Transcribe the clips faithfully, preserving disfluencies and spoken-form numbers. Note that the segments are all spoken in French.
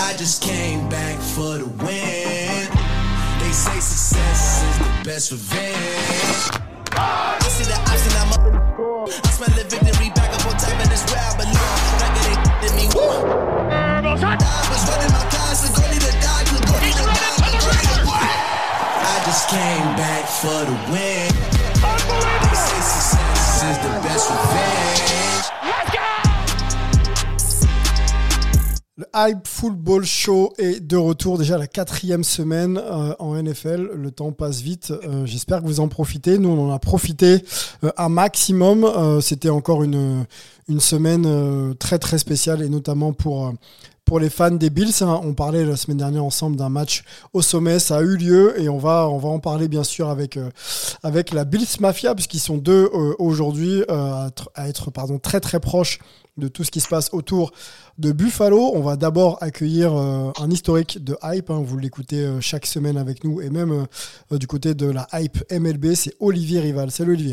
I just came back for the win. They say success is the best revenge. I see the option, I'm up in the score. I smell the victory back up on top of this rap, but no, back it ain't in me. I was running my cars, so go need to die, so go need to die, so go need to die. I just came back for the win. They say success is the best revenge. Le Hype Football Show est de retour, déjà la quatrième semaine euh, en N F L. Le temps passe vite. Euh, j'espère que vous en profitez. Nous, on en a profité euh, un maximum. Euh, c'était encore une, une semaine euh, très très spéciale et notamment pour, euh, pour les fans des Bills. Hein. On parlait la semaine dernière ensemble d'un match au sommet. Ça a eu lieu et on va, on va en parler bien sûr avec, euh, avec la Bills Mafia puisqu'ils sont deux euh, aujourd'hui euh, à être, à être pardon, très très proches de tout ce qui se passe autour de Buffalo. On va d'abord accueillir euh, un historique de Hype. Hein, vous l'écoutez euh, chaque semaine avec nous et même euh, du côté de la Hype M L B, c'est Olivier Rival. Salut Olivier.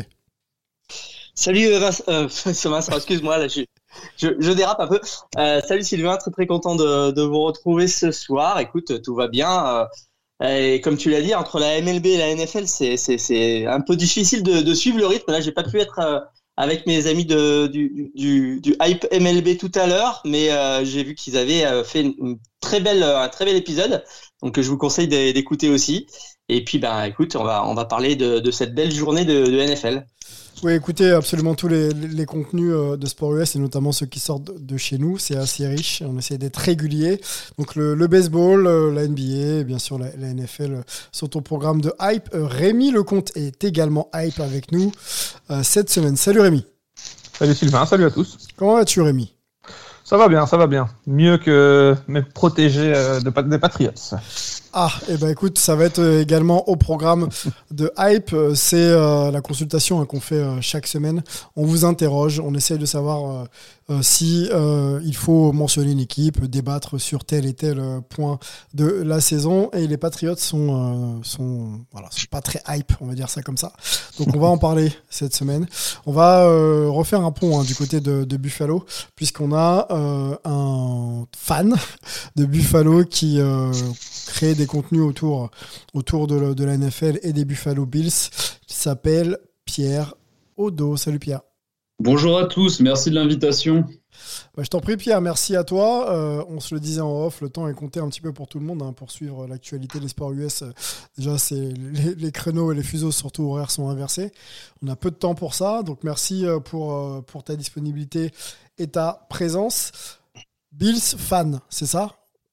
Salut euh, Vincent, euh, Vincent, excuse-moi, là, je, je, je dérape un peu. Euh, salut Sylvain, très très content de, de vous retrouver ce soir. Écoute, tout va bien. Euh, et comme tu l'as dit, entre la M L B et la N F L, c'est, c'est, c'est un peu difficile de, de suivre le rythme. Là, j'ai pas pu être... Euh, avec mes amis de, du, du, du Hype M L B tout à l'heure, mais euh, j'ai vu qu'ils avaient euh, fait une, une très belle, un très bel épisode, donc je vous conseille d'écouter aussi. Et puis, ben, écoute, on va, on va parler de, de cette belle journée de, de N F L. Oui, écoutez absolument tous les, les contenus de Sport U S et notamment ceux qui sortent de chez nous. C'est assez riche. On essaie d'être régulier. Donc le, le baseball, la N B A et bien sûr la, la N F L sont au programme de Hype. Rémi Lecomte est également Hype avec nous euh, cette semaine. Salut Rémi. Salut Sylvain, salut à tous. Comment vas-tu Rémi ? Ça va bien, ça va bien. Mieux que mes protégés de, des Patriots. Ah, et eh ben écoute, ça va être également au programme de Hype. C'est euh, la consultation hein, qu'on fait euh, chaque semaine. On vous interroge, on essaye de savoir euh, euh, si euh, il faut mentionner une équipe, débattre sur tel et tel euh, point de la saison. Et les Patriots sont, euh, sont, voilà, sont pas très hype, on va dire ça comme ça. Donc on va en parler cette semaine. On va euh, refaire un pont hein, du côté de, de Buffalo, puisqu'on a euh, un fan de Buffalo qui euh, crée des contenus autour, autour de, le, de la N F L et des Buffalo Bills, qui s'appelle Pierre Odo. Salut Pierre. Bonjour à tous, merci de l'invitation. Bah, je t'en prie Pierre, merci à toi. Euh, on se le disait en off, le temps est compté un petit peu pour tout le monde hein, pour suivre l'actualité des sports U S. Déjà, c'est les, les créneaux et les fuseaux surtout horaires sont inversés. On a peu de temps pour ça, donc merci pour, pour ta disponibilité et ta présence. Bills fan, c'est ça ?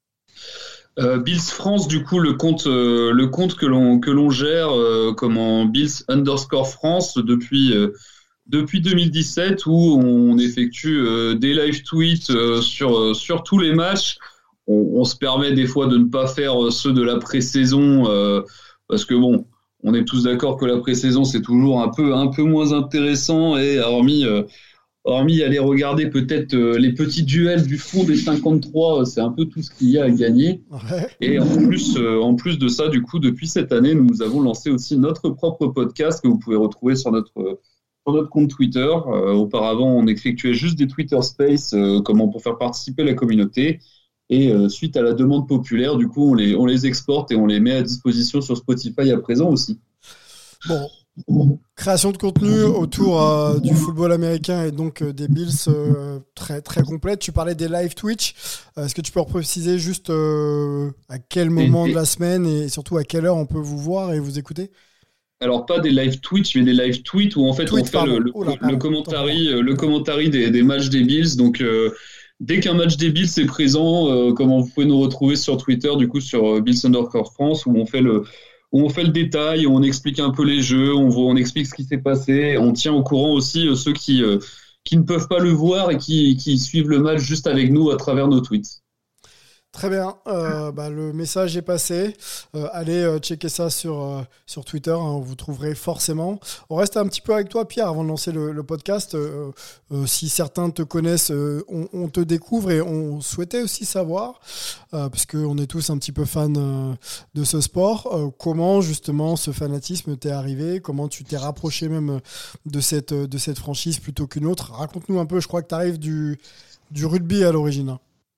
Euh, Bills France, du coup, le compte, euh, le compte que l'on que l'on gère euh, comme en Bills underscore France depuis euh, depuis deux mille dix-sept, où on effectue euh, des live tweets euh, sur euh, sur tous les matchs. On, on se permet des fois de ne pas faire ceux de la pré-saison euh, parce que bon, on est tous d'accord que la pré-saison c'est toujours un peu un peu moins intéressant et hormis euh, Hormis aller regarder peut-être euh, les petits duels du fond des cinquante-trois, euh, c'est un peu tout ce qu'il y a à gagner. Ouais. Et en plus, euh, en plus de ça, du coup, depuis cette année, nous avons lancé aussi notre propre podcast que vous pouvez retrouver sur notre, euh, sur notre compte Twitter. Euh, auparavant, on effectuait juste des Twitter Space, euh, comment pour faire participer la communauté. Et euh, suite à la demande populaire, du coup, on les, on les exporte et on les met à disposition sur Spotify à présent aussi. Bon. Création de contenu autour euh, du football américain et donc euh, des Bills euh, très, très complète. Tu parlais des live Twitch. Euh, est-ce que tu peux préciser juste euh, à quel moment et, et... de la semaine et surtout à quelle heure on peut vous voir et vous écouter ? Alors pas des live Twitch, mais des live tweets où en fait Tweet, on fait pardon. le, le, oh là, le commentary, le commentary des, des matchs des Bills. Donc euh, dès qu'un match des Bills est présent, euh, comment vous pouvez nous retrouver sur Twitter, du coup sur euh, Bills underscore France, où on fait le où on fait le détail, on explique un peu les jeux, on, voit, on explique ce qui s'est passé, on tient au courant aussi euh, ceux qui, euh, qui ne peuvent pas le voir et qui, qui suivent le match juste avec nous à travers nos tweets. Très bien, euh, bah, le message est passé. Euh, allez euh, checker ça sur, euh, sur Twitter, hein, vous trouverez forcément. On reste un petit peu avec toi, Pierre, avant de lancer le, le podcast. Euh, euh, si certains te connaissent, euh, on, on te découvre et on souhaitait aussi savoir, euh, parce qu'on est tous un petit peu fans euh, de ce sport, euh, comment justement ce fanatisme t'est arrivé, comment tu t'es rapproché même de cette, de cette franchise plutôt qu'une autre. Raconte-nous un peu, je crois que tu arrives du, du rugby à l'origine.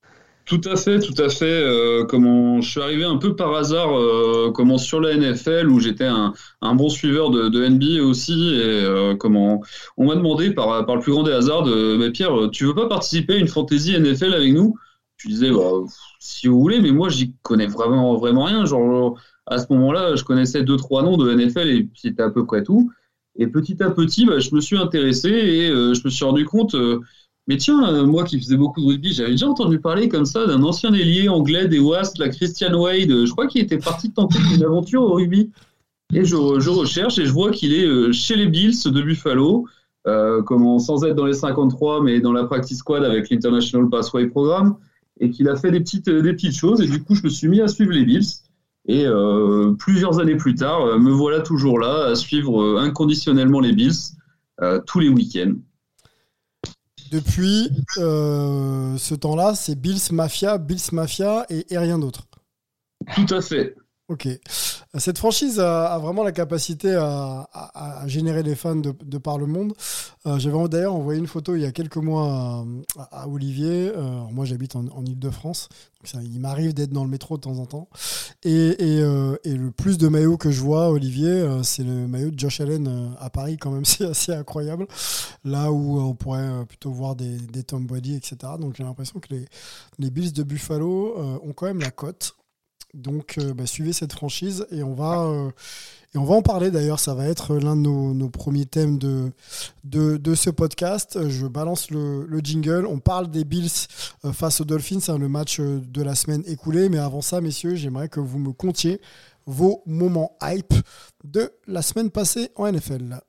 Tout à fait, tout à fait. Euh, comment je suis arrivé un peu par hasard, euh, comment sur la N F L où j'étais un, un bon suiveur de, de N B A aussi, et euh, comment on m'a demandé par par le plus grand des hasards de bah, Pierre, tu veux pas participer à une fantasy N F L avec nous? Je disais bah si vous voulez, mais moi j'y connais vraiment vraiment rien. Genre à ce moment-là, je connaissais deux trois noms de N F L et puis c'était à peu près tout. Et petit à petit, bah, je me suis intéressé et euh, je me suis rendu compte. Euh, Mais tiens, euh, moi qui faisais beaucoup de rugby, j'avais déjà entendu parler comme ça d'un ancien ailier anglais des Wasps, la Christian Wade. Je crois qu'il était parti tenter une aventure au rugby. Et je, je recherche et je vois qu'il est chez les Bills de Buffalo, euh, comment, sans être dans les cinquante-trois, mais dans la practice squad avec l'International Pathway Programme, et qu'il a fait des petites, des petites choses. Et du coup, je me suis mis à suivre les Bills. Et euh, plusieurs années plus tard, me voilà toujours là à suivre inconditionnellement les Bills euh, tous les week-ends. Depuis euh, ce temps-là, c'est Bills Mafia, Bills Mafia et, et rien d'autre. Tout à fait. Ok. Cette franchise a, a vraiment la capacité à, à, à générer des fans de, de par le monde. Euh, j'avais d'ailleurs envoyé une photo il y a quelques mois à, à Olivier. Euh, moi, j'habite en, en Ile-de-France. Donc ça, il m'arrive d'être dans le métro de temps en temps. Et, et, euh, et le plus de maillots que je vois, Olivier, euh, c'est le maillot de Josh Allen euh, à Paris. Quand même, c'est assez incroyable. Là où on pourrait euh, plutôt voir des, des Tom Brady, et cetera. Donc j'ai l'impression que les, les Bills de Buffalo euh, ont quand même la cote. Donc, euh, bah, suivez cette franchise et on va, euh, et on va en parler d'ailleurs. Ça va être l'un de nos, nos premiers thèmes de, de, de ce podcast. Je balance le, le jingle. On parle des Bills euh, face aux Dolphins, hein, le match de la semaine écoulée. Mais avant ça, messieurs, j'aimerais que vous me contiez vos moments hype de la semaine passée en N F L.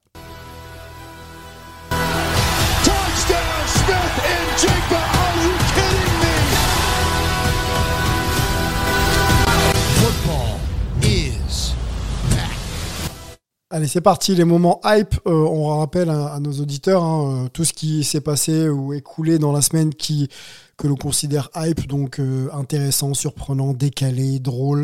Touchdown, Smith and Jigba. Are you kidding me? Football is back. Allez, c'est parti, les moments hype. Euh, on rappelle à, à nos auditeurs hein, euh, tout ce qui s'est passé ou écoulé dans la semaine qui, que l'on considère hype, donc euh, intéressant, surprenant, décalé, drôle,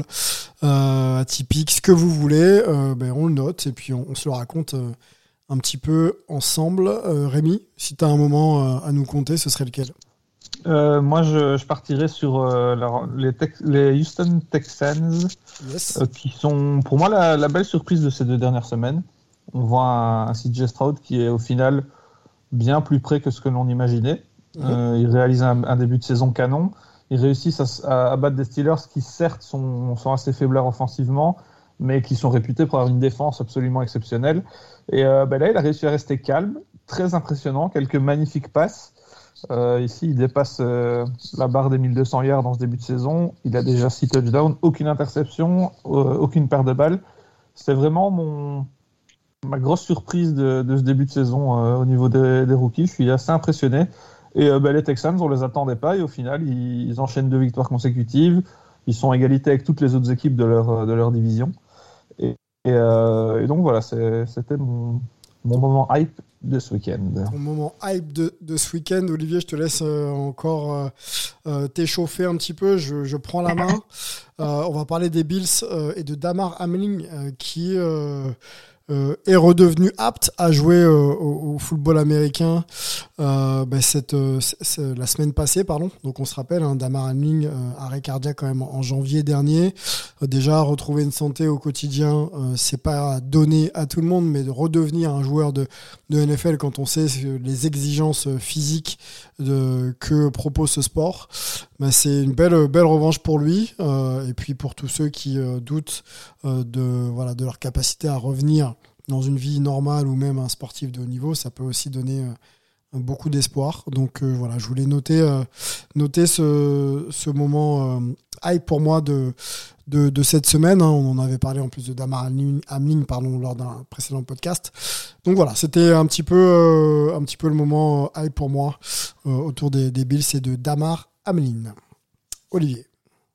euh, atypique, ce que vous voulez. Euh, ben, on le note et puis on, on se le raconte euh, un petit peu ensemble. Euh, Rémi, si tu as un moment euh, à nous conter, ce serait lequel ? Euh, moi, je, je partirais sur euh, la, les, Tex, les Houston Texans, yes. euh, qui sont pour moi la, la belle surprise de ces deux dernières semaines. On voit un, un C J Stroud qui est au final bien plus près que ce que l'on imaginait. Mm-hmm. Euh, il réalise un, un début de saison canon. Ils réussissent à, à battre des Steelers qui, certes, sont, sont assez faiblards offensivement, mais qui sont réputés pour avoir une défense absolument exceptionnelle. Et euh, ben là, il a réussi à rester calme, très impressionnant, quelques magnifiques passes. Euh, ici, il dépasse euh, la barre des mille deux cents yards dans ce début de saison. Il a déjà six touchdowns, aucune interception, euh, aucune perte de balles. C'est vraiment mon, ma grosse surprise de, de ce début de saison euh, au niveau des, des rookies. Je suis assez impressionné. Et euh, ben, les Texans, on ne les attendait pas. Et au final, ils, ils enchaînent deux victoires consécutives. Ils sont à égalité avec toutes les autres équipes de leur, de leur division. Et, et, euh, et donc voilà, c'est, c'était mon, mon moment hype de ce week-end. Ton moment hype de, de ce week-end, Olivier, je te laisse euh, encore euh, euh, t'échauffer un petit peu. Je, je prends la main. Euh, on va parler des Bills euh, et de Damar Hamlin euh, qui euh, euh, est redevenu apte à jouer euh, au, au football américain euh, ben cette, euh, c'est, c'est la semaine passée. Pardon. Donc on se rappelle, hein, Damar Hamlin, euh, arrêt cardiaque quand même en, en janvier dernier. Euh, déjà, retrouver une santé au quotidien, euh, c'est pas donné à tout le monde, mais de redevenir un joueur de, de N F L quand on sait les exigences physiques de, que propose ce sport, ben c'est une belle, belle revanche pour lui euh, et puis pour tous ceux qui euh, doutent euh, de, voilà, de leur capacité à revenir dans une vie normale ou même un sportif de haut niveau, ça peut aussi donner euh, beaucoup d'espoir. Donc euh, voilà, je voulais noter, euh, noter ce, ce moment euh, hype pour moi de, de, de cette semaine. Hein. On en avait parlé en plus de Damar Hamlin pardon, lors d'un précédent podcast. Donc voilà, c'était un petit peu, euh, un petit peu le moment euh, hype pour moi euh, autour des, des Bills et de Damar Hamlin. Olivier.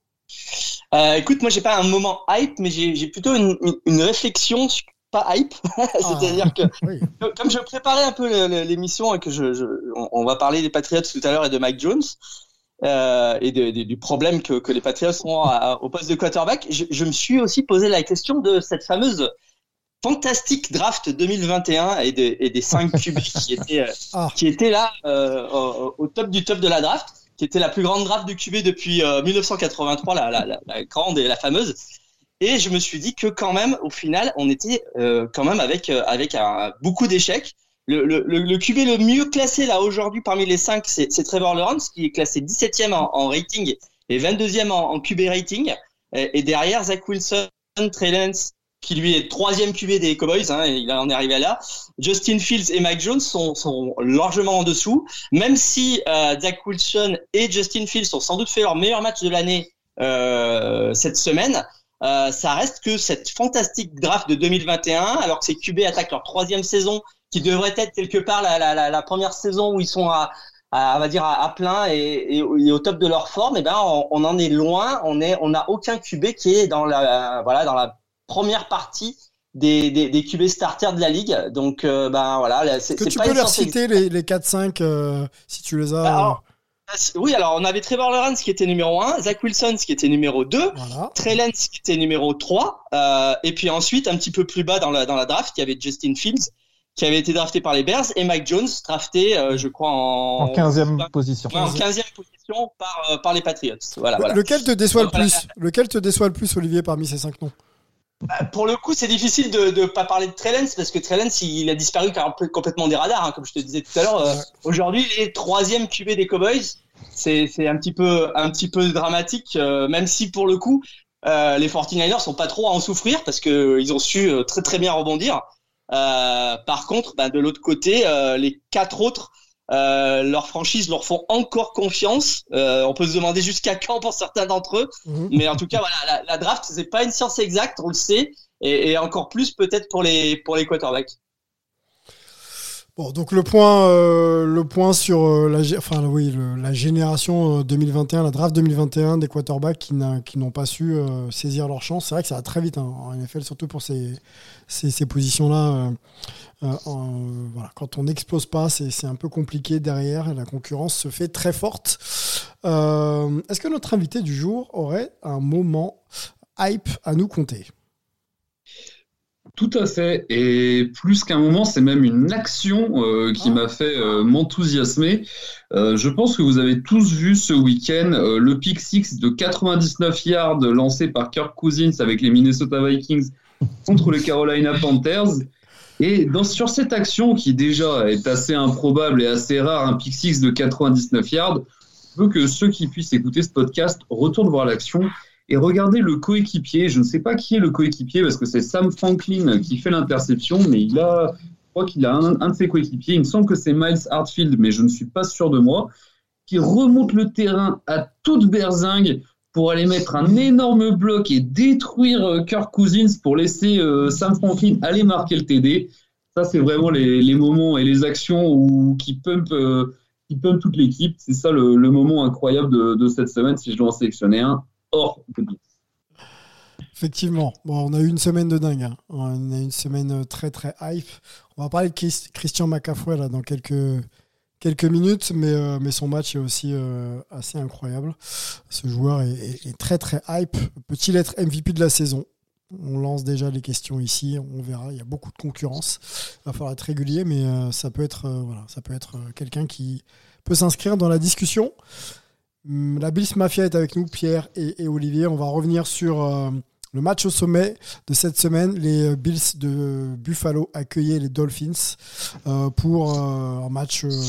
Euh, écoute, moi j'ai pas un moment hype, mais j'ai, j'ai plutôt une, une, une réflexion, pas hype. C'est-à-dire ah, que oui. Comme je préparais un peu l'émission et que je, je on va parler des Patriots tout à l'heure et de Mike Jones euh, et de, de, du problème que, que les Patriots ont à, au poste de quarterback, je, je me suis aussi posé la question de cette fameuse fantastique draft deux mille vingt et un et, de, et des cinq Q B qui étaient, ah. qui étaient là euh, au, au top du top de la draft. qui était la plus grande draft de Q B depuis euh, mille neuf cent quatre-vingt-trois, la, la, la, la grande et la fameuse. Et je me suis dit que quand même, au final, on était euh, quand même avec euh, avec un, beaucoup d'échecs. Le, le, le, le Q B le mieux classé là aujourd'hui parmi les cinq, c'est, c'est Trevor Lawrence, qui est classé dix-septième en, en rating et vingt-deuxième en, en Q B rating. Et, et derrière, Zach Wilson, Trey Lance, qui lui est troisième Q B des Cowboys, hein, et il en est arrivé là. Justin Fields et Mike Jones sont, sont largement en dessous, même si euh, Zach Wilson et Justin Fields ont sans doute fait leur meilleur match de l'année euh, cette semaine. Euh, ça reste que cette fantastique draft de deux mille vingt et un, alors que ces Q B attaquent leur troisième saison, qui devrait être quelque part la, la, la, la première saison où ils sont à, à on va dire à, à plein et, et, et au top de leur forme. Et ben on, on en est loin. On est, on n'a aucun Q B qui est dans la, voilà, dans la première partie des, des, des Q B starters de la ligue. Donc euh, ben voilà, c'est, que c'est tu pas peux une leur censée... citer les, les quatre cinq euh, si tu les as. Alors, oui, alors on avait Trevor Lawrence qui était numéro un, Zach Wilson qui était numéro deux, voilà. Trey Lance qui était numéro trois, euh, et puis ensuite un petit peu plus bas dans la dans la draft, il y avait Justin Fields qui avait été drafté par les Bears et Mike Jones drafté, euh, je crois en en quinzième position. Ouais, en quinzième position par euh, par les Patriots. Voilà, voilà. Lequel te déçoit Donc, le plus voilà. Lequel te déçoit le plus, Olivier, parmi ces cinq noms? Bah, pour le coup, c'est difficile de de pas parler de Trey Lance parce que Trey Lance il, il a disparu complètement des radars, hein, comme je te disais tout à l'heure. Euh, ouais. Aujourd'hui, il est troisième Q B des Cowboys. C'est c'est un petit peu un petit peu dramatique, euh, même si pour le coup, euh, les forty-niners sont pas trop à en souffrir parce que ils ont su euh, très très bien rebondir. Euh, par contre, bah, de l'autre côté, euh, les quatre autres, euh, leurs franchises leur font encore confiance. Euh, on peut se demander jusqu'à quand pour certains d'entre eux, Mmh. mais en tout cas, voilà, la, la draft c'est pas une science exacte, on le sait, et, et encore plus peut-être pour les pour les quarterbacks. Bon, donc le point, euh, le point sur euh, la, gé- enfin, oui, le- la génération euh, deux mille vingt et un, la draft deux mille vingt et un des quarterbacks qui, n'a- qui n'ont pas su euh, saisir leur chance. C'est vrai que ça va très vite hein, en N F L, surtout pour ces, ces, ces positions-là. Euh, euh, en- voilà, quand on n'explose pas, c'est, c'est un peu compliqué derrière et la concurrence se fait très forte. Euh, est-ce que notre invité du jour aurait un moment hype à nous conter ? Tout à fait. Et plus qu'un moment, c'est même une action euh, qui Ah. m'a fait euh, m'enthousiasmer. Euh, je pense que vous avez tous vu ce week-end euh, le pick six de quatre-vingt-dix-neuf yards lancé par Kirk Cousins avec les Minnesota Vikings contre les Carolina Panthers. Et dans, sur cette action qui déjà est assez improbable et assez rare, un pick six de quatre-vingt-dix-neuf yards, je veux que ceux qui puissent écouter ce podcast retournent voir l'action et regardez le coéquipier. Je ne sais pas qui est le coéquipier parce que c'est Sam Franklin qui fait l'interception, mais il a, je crois qu'il a un, un de ses coéquipiers. Il me semble que c'est Miles Hartfield, mais je ne suis pas sûr de moi, qui remonte le terrain à toute berzingue pour aller mettre un énorme bloc et détruire Kirk Cousins pour laisser euh, Sam Franklin aller marquer le T D. Ça, c'est vraiment les, les moments et les actions où, qui pumpent euh, qui pump toute l'équipe. C'est ça le, le moment incroyable de, de cette semaine, si je dois en sélectionner un. Hors de Blitz. Effectivement. Bon, on a eu une semaine de dingue. Hein. On a eu une semaine très, très hype. On va parler de Chris, Christian McCaffrey là, dans quelques, quelques minutes, mais, euh, mais son match est aussi euh, assez incroyable. Ce joueur est, est, est très, très hype. Peut-il être M V P de la saison ? On lance déjà les questions ici. On verra. Il y a beaucoup de concurrence. Il va falloir être régulier, mais euh, ça peut être, euh, voilà, ça peut être euh, quelqu'un qui peut s'inscrire dans la discussion. La Bills Mafia est avec nous, Pierre et, et Olivier. On va revenir sur euh, le match au sommet de cette semaine. Les Bills de Buffalo accueillaient les Dolphins euh, pour euh, un match, euh,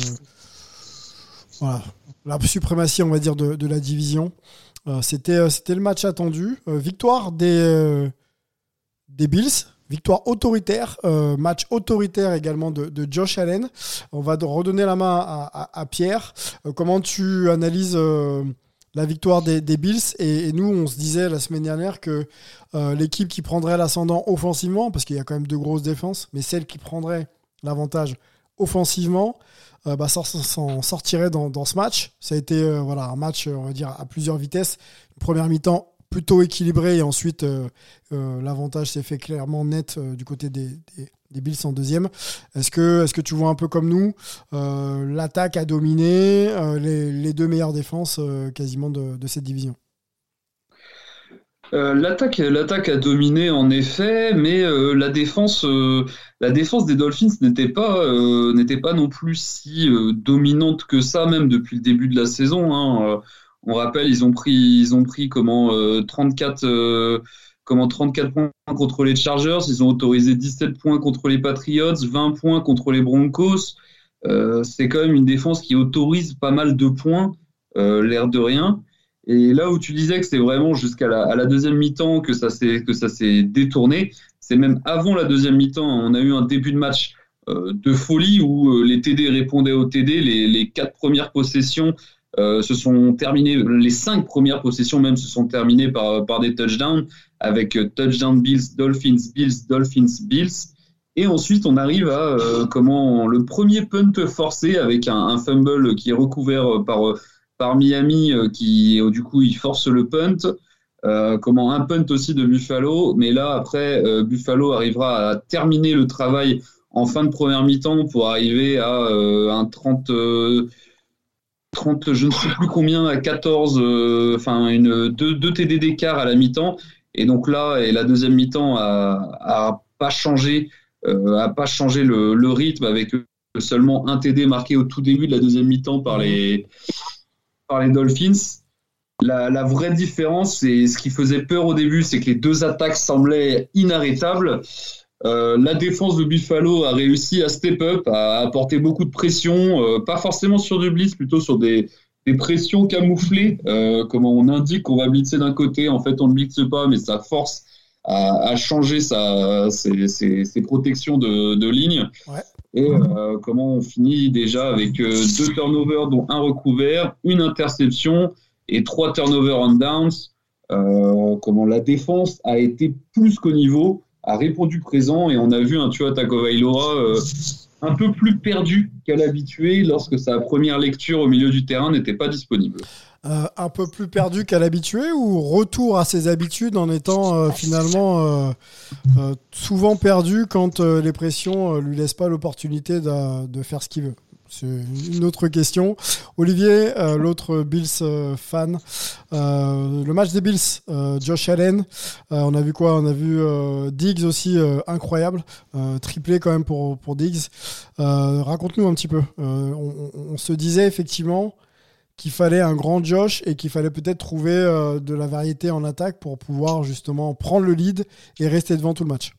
voilà, la suprématie, on va dire, de, de la division. Euh, c'était, c'était le match attendu. Euh, victoire des, euh, des Bills. Victoire autoritaire, euh, match autoritaire également de, de Josh Allen. On va redonner la main à, à, à Pierre. Euh, comment tu analyses euh, la victoire des, des Bills et, et nous, on se disait la semaine dernière que euh, l'équipe qui prendrait l'ascendant offensivement, parce qu'il y a quand même deux grosses défenses, mais celle qui prendrait l'avantage offensivement, euh, bah, s'en, s'en sortirait dans, dans ce match. Ça a été euh, voilà, un match, on va dire, à plusieurs vitesses. Une première mi-temps plutôt équilibré et ensuite euh, euh, l'avantage s'est fait clairement net euh, du côté des, des, des Bills en deuxième. Est-ce que, est-ce que tu vois un peu comme nous euh, l'attaque a dominé euh, les, les deux meilleures défenses euh, quasiment de, de cette division? Euh, l'attaque, l'attaque a dominé en effet, mais euh, la défense, euh, la défense des Dolphins n'était pas, euh, n'était pas non plus si euh, dominante que ça, même depuis le début de la saison. Hein. Euh, on rappelle, ils ont pris, ils ont pris comment euh, trente-quatre, euh, comment trente-quatre points contre les Chargers. Ils ont autorisé dix-sept points contre les Patriots, vingt points contre les Broncos. Euh, c'est quand même une défense qui autorise pas mal de points, euh, l'air de rien. Et là où tu disais que c'est vraiment jusqu'à la, à la deuxième mi-temps que ça s'est que ça s'est détourné, c'est même avant la deuxième mi-temps. On a eu un début de match euh, de folie où euh, les T D répondaient aux T D. Les, les quatre premières possessions euh, se sont terminées, les cinq premières possessions même se sont terminées par par des touchdowns avec euh, touchdown Bills, Dolphins, Bills, Dolphins, Bills. Et ensuite on arrive à euh, comment le premier punt forcé avec un, un fumble qui est recouvert par euh, par Miami euh, qui euh, du coup il force le punt, euh, comment un punt aussi de Buffalo, mais là après euh, Buffalo arrivera à terminer le travail en fin de première mi-temps pour arriver à euh, un trente, euh, trente je ne sais plus combien à quatorze, enfin euh, une deux, deux T D d'écart à la mi-temps, et donc là et la deuxième mi-temps a, a pas changé, euh, a pas changé le, le rythme avec seulement un T D marqué au tout début de la deuxième mi-temps par les par les Dolphins. La, la vraie différence, et ce qui faisait peur au début, c'est que les deux attaques semblaient inarrêtables. Euh, la défense de Buffalo a réussi à step up, à apporter beaucoup de pression, euh, pas forcément sur du blitz, plutôt sur des, des pressions camouflées. Euh, comment on indique qu'on va blitzer d'un côté, en fait on ne blitze pas, mais ça force à, à changer sa, ses, ses, ses protections de, de ligne. Ouais. Et euh, comment on finit déjà avec euh, deux turnovers dont un recouvert, une interception et trois turnovers on downs. Euh, comment la défense a été plus qu'au niveau, a répondu présent, et on a vu un Tua Tagovailoa euh, un peu plus perdu qu'à l'habitué lorsque sa première lecture au milieu du terrain n'était pas disponible. Euh, un peu plus perdu qu'à l'habitué, ou retour à ses habitudes en étant euh, finalement euh, euh, souvent perdu quand euh, les pressions euh, lui laissent pas l'opportunité de, de faire ce qu'il veut? C'est une autre question. Olivier, euh, l'autre Bills euh, fan, euh, le match des Bills, euh, Josh Allen, euh, on a vu quoi? On a vu euh, Diggs aussi, euh, incroyable, euh, triplé quand même pour, pour Diggs. Euh, raconte-nous un petit peu. Euh, on, on, on se disait effectivement qu'il fallait un grand Josh et qu'il fallait peut-être trouver euh, de la variété en attaque pour pouvoir justement prendre le lead et rester devant tout le match.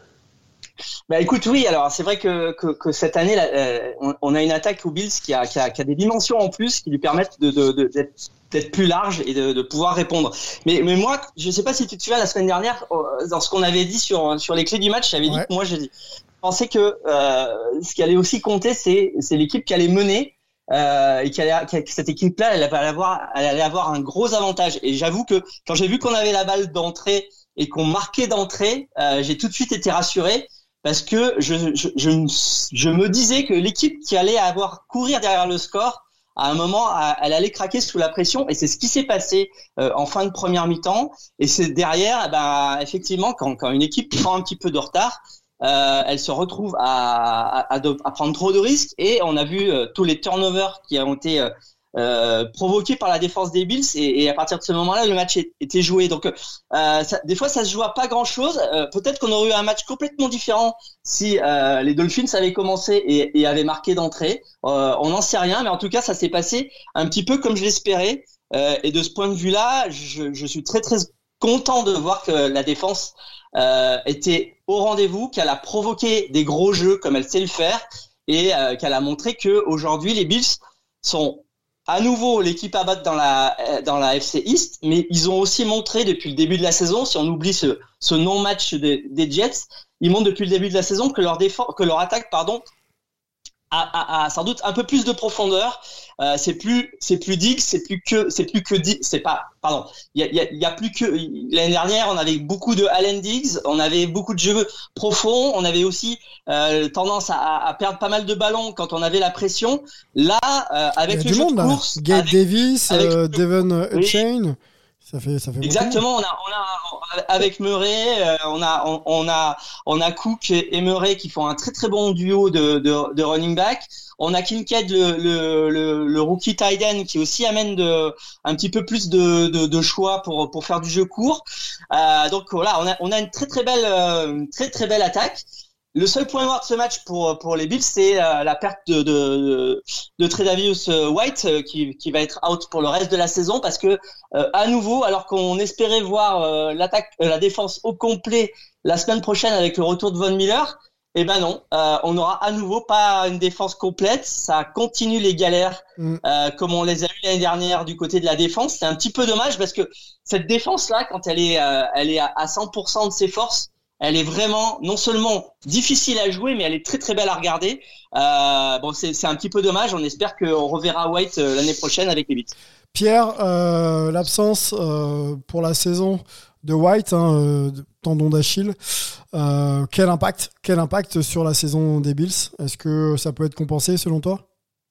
Bah écoute, oui, alors c'est vrai que, que, que cette année, là, euh, on, on a une attaque aux Bills qui a, qui, a, qui a des dimensions en plus qui lui permettent de, de, de, d'être, d'être plus large et de, de pouvoir répondre. Mais, mais moi, je sais pas si tu te souviens, la semaine dernière, dans ce qu'on avait dit sur, sur les clés du match, j'avais dit ouais. que moi, je pensais que euh, ce qui allait aussi compter, c'est, c'est l'équipe qui allait mener. Euh, et qu'elle a, que cette équipe-là, elle allait avoir, elle allait avoir un gros avantage. Et j'avoue que quand j'ai vu qu'on avait la balle d'entrée et qu'on marquait d'entrée, euh, j'ai tout de suite été rassuré parce que je, je, je, je me disais que l'équipe qui allait avoir courir derrière le score, à un moment, elle allait craquer sous la pression. Et c'est ce qui s'est passé euh, en fin de première mi-temps. Et c'est derrière, ben, effectivement, quand, quand une équipe prend un petit peu de retard, Euh, elle se retrouve à, à, à, de, à prendre trop de risques, et on a vu euh, tous les turnovers qui ont été euh, euh, provoqués par la défense des Bills, et, et à partir de ce moment-là, le match est, était joué. Donc, euh, ça, des fois, ça se joue à pas grand-chose. Euh, peut-être qu'on aurait eu un match complètement différent si euh, les Dolphins avaient commencé et, et avaient marqué d'entrée. Euh, on n'en sait rien, mais en tout cas, ça s'est passé un petit peu comme je l'espérais. Euh, et de ce point de vue-là, je, je suis très très content de voir que la défense euh, était au rendez-vous, qu'elle a provoqué des gros jeux comme elle sait le faire, et euh, qu'elle a montré que aujourd'hui les Bills sont à nouveau l'équipe à battre dans la dans la F C East, mais ils ont aussi montré depuis le début de la saison, si on oublie ce ce non-match des, des Jets, ils montrent depuis le début de la saison que leur défense, que leur attaque, pardon, a, a, a sans doute un peu plus de profondeur. Euh, c'est plus c'est plus Diggs, c'est plus que c'est plus que Diggs, c'est pas pardon. Il y a il y a, y a plus que l'année dernière, on avait beaucoup de Allen Diggs, on avait beaucoup de jeux profonds, on avait aussi euh, tendance à, à perdre pas mal de ballons quand on avait la pression. Là, euh, avec le jeu monde, de course, Gabe avec, Davis, avec euh, Devon oui. Chain, Ça fait, ça fait Exactement. On a, on a, avec Murray, euh, on a, on, on a, on a Cook et Murray qui font un très très bon duo de, de, de running back. On a Kincaid, le, le, le, le rookie tight end, qui aussi amène de, un petit peu plus de, de, de choix pour, pour faire du jeu court. Euh, donc voilà, on a, on a une très très belle, euh, très très belle attaque. Le seul point noir de ce match pour pour les Bills, c'est euh, la perte de de, de Tredavious White euh, qui qui va être out pour le reste de la saison, parce que euh, à nouveau, alors qu'on espérait voir euh, l'attaque, euh, la défense au complet la semaine prochaine avec le retour de Von Miller, eh ben non, euh, on n'aura à nouveau pas une défense complète. Ça continue les galères mm. euh, comme on les a eu l'année dernière du côté de la défense. C'est un petit peu dommage parce que cette défense là, quand elle est euh, elle est à cent pour cent de ses forces, elle est vraiment non seulement difficile à jouer, mais elle est très très belle à regarder. Euh, bon, c'est, c'est un petit peu dommage. On espère qu'on reverra White euh, l'année prochaine avec les Bills. Pierre, euh, l'absence euh, pour la saison de White, hein, euh, tendon d'Achille, euh, quel impact, quel impact sur la saison des Bills ? Est-ce que ça peut être compensé selon toi ?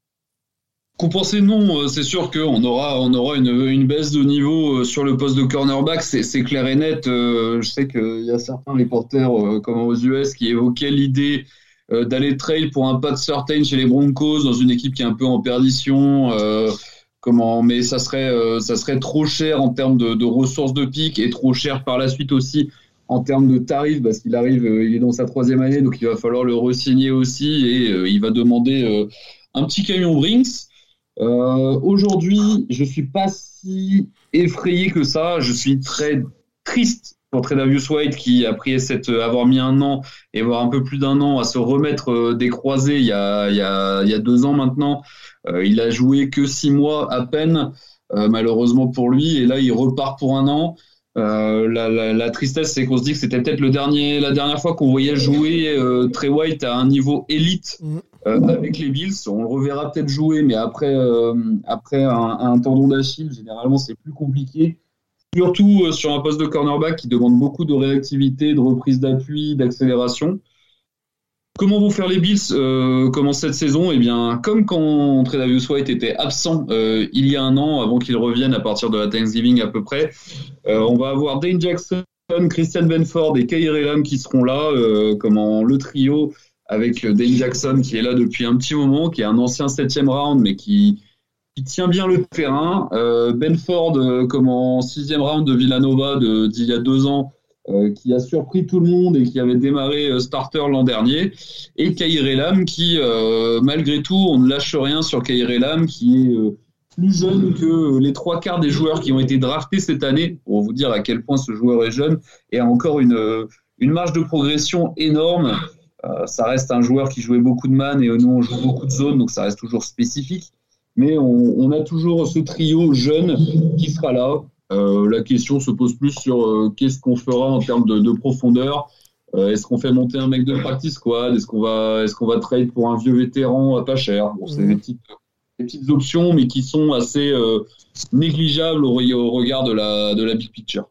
Compensé, non. C'est sûr qu'on aura, on aura une, une baisse de niveau sur le poste de cornerback, c'est, c'est clair et net. Je sais qu'il y a certains reporters, comme aux U S, qui évoquaient l'idée d'aller trade pour un Pat Surtain chez les Broncos dans une équipe qui est un peu en perdition. Euh, comment, mais ça serait, ça serait trop cher en termes de, de ressources de pick et trop cher par la suite aussi en termes de tarifs, parce qu'il arrive, il est dans sa troisième année, donc il va falloir le re-signer aussi et il va demander un petit camion Brinks. Euh, aujourd'hui, je suis pas si effrayé que ça. Je suis très triste pour Tredavious White qui a pris cette, avoir mis un an et voire un peu plus d'un an à se remettre des croisés il y a, il y a, il y a deux ans maintenant. Euh, il a joué que six mois à peine, euh, malheureusement pour lui, et là il repart pour un an. Euh, la, la, la tristesse, c'est qu'on se dit que c'était peut-être le dernier, la dernière fois qu'on voyait jouer euh, Trey White à un niveau élite euh, avec les Bills. On le reverra peut-être jouer, mais après, euh, après un, un tendon d'Achille, généralement, c'est plus compliqué. Surtout euh, sur un poste de cornerback qui demande beaucoup de réactivité, de reprise d'appui, d'accélération. Comment vont faire les Bills euh, comment cette saison ? Eh bien, comme quand Tredavious White était absent euh, il y a un an, avant qu'il revienne à partir de la Thanksgiving à peu près, euh, on va avoir Dane Jackson, Christian Benford et Kaiir Elam qui seront là, euh, comment le trio avec Dane Jackson qui est là depuis un petit moment, qui est un ancien septième round mais qui, qui tient bien le terrain. Euh, Benford euh, comme en sixième round de Villanova de, d'il y a deux ans. Euh, qui a surpris tout le monde et qui avait démarré euh, starter l'an dernier, et Kaiir Elam qui, euh, malgré tout, on ne lâche rien sur Kaiir Elam qui est euh, plus jeune que les trois quarts des joueurs qui ont été draftés cette année, pour vous dire à quel point ce joueur est jeune, et a encore une, euh, une marge de progression énorme. Euh, ça reste un joueur qui jouait beaucoup de man et nous on joue beaucoup de zone, donc ça reste toujours spécifique, mais on, on a toujours ce trio jeune qui sera là. Euh, la question se pose plus sur euh, qu'est-ce qu'on fera en termes de, de profondeur. Euh, est-ce qu'on fait monter un mec de practice squad ? Est-ce qu'on va, est-ce qu'on va trade pour un vieux vétéran à pas cher ? Bon, c'est des petites, des petites options, mais qui sont assez euh, négligeables au, au regard de la, de la big picture.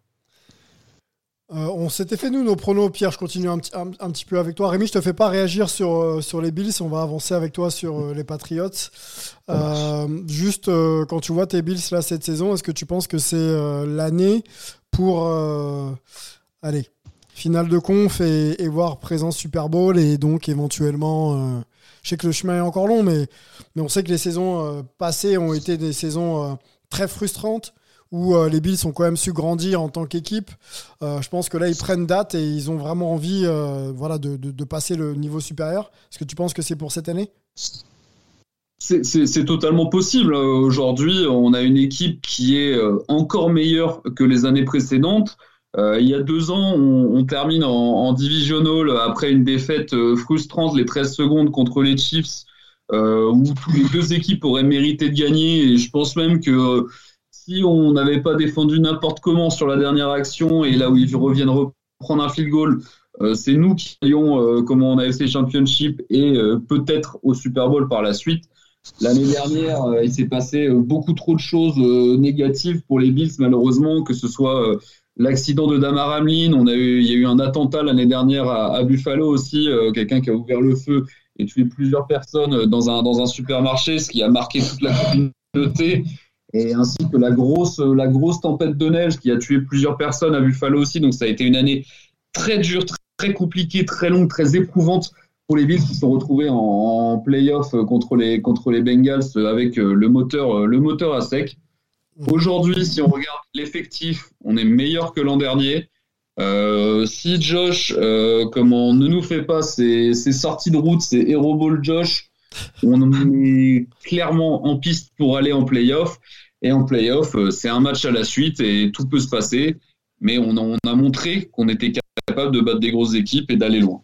Euh, on s'était fait, nous, nos pronos. Pierre, je continue un, petit, un, un petit peu avec toi. Rémi, je te fais pas réagir sur, euh, sur les Bills. On va avancer avec toi sur euh, les Patriots. Euh, juste, euh, quand tu vois tes Bills là, cette saison, est-ce que tu penses que c'est euh, l'année pour euh, allez, finale de conf et, et voir présence Super Bowl et donc éventuellement... Euh, je sais que le chemin est encore long, mais, mais on sait que les saisons euh, passées ont été des saisons euh, très frustrantes, où euh, les Bills ont quand même su grandir en tant qu'équipe. Euh, je pense que là, ils prennent date et ils ont vraiment envie euh, voilà, de, de, de passer le niveau supérieur. Est-ce que tu penses que c'est pour cette année ? c'est, c'est, c'est totalement possible. Aujourd'hui, on a une équipe qui est encore meilleure que les années précédentes. Euh, il y a deux ans, on, on termine en, en divisional après une défaite frustrante, les treize secondes contre les Chiefs, euh, où tous les deux équipes auraient mérité de gagner. Et je pense même que si on n'avait pas défendu n'importe comment sur la dernière action et là où ils reviennent reprendre un field goal, euh, c'est nous qui allions euh, comme en A F C Championship et euh, peut-être au Super Bowl par la suite. L'année dernière, euh, il s'est passé euh, beaucoup trop de choses euh, négatives pour les Bills, malheureusement, que ce soit euh, l'accident de Damar Hamlin, on a eu, il y a eu un attentat l'année dernière à, à Buffalo aussi, euh, quelqu'un qui a ouvert le feu et tué plusieurs personnes dans un, dans un supermarché, ce qui a marqué toute la communauté. et ainsi que la grosse, la grosse tempête de neige qui a tué plusieurs personnes à Buffalo aussi. Donc ça a été une année très dure, très, très compliquée, très longue, très éprouvante pour les Bills qui se sont retrouvés en, en play-off contre les, contre les Bengals avec le moteur, le moteur à sec. Aujourd'hui, si on regarde l'effectif, on est meilleur que l'an dernier. Euh, si Josh, euh, comment ne nous fait pas ses, ses sorties de route, ses Hero Ball Josh, on est clairement en piste pour aller en play-off. Et en play-off, c'est un match à la suite et tout peut se passer. Mais on a, on a montré qu'on était capable de battre des grosses équipes et d'aller loin.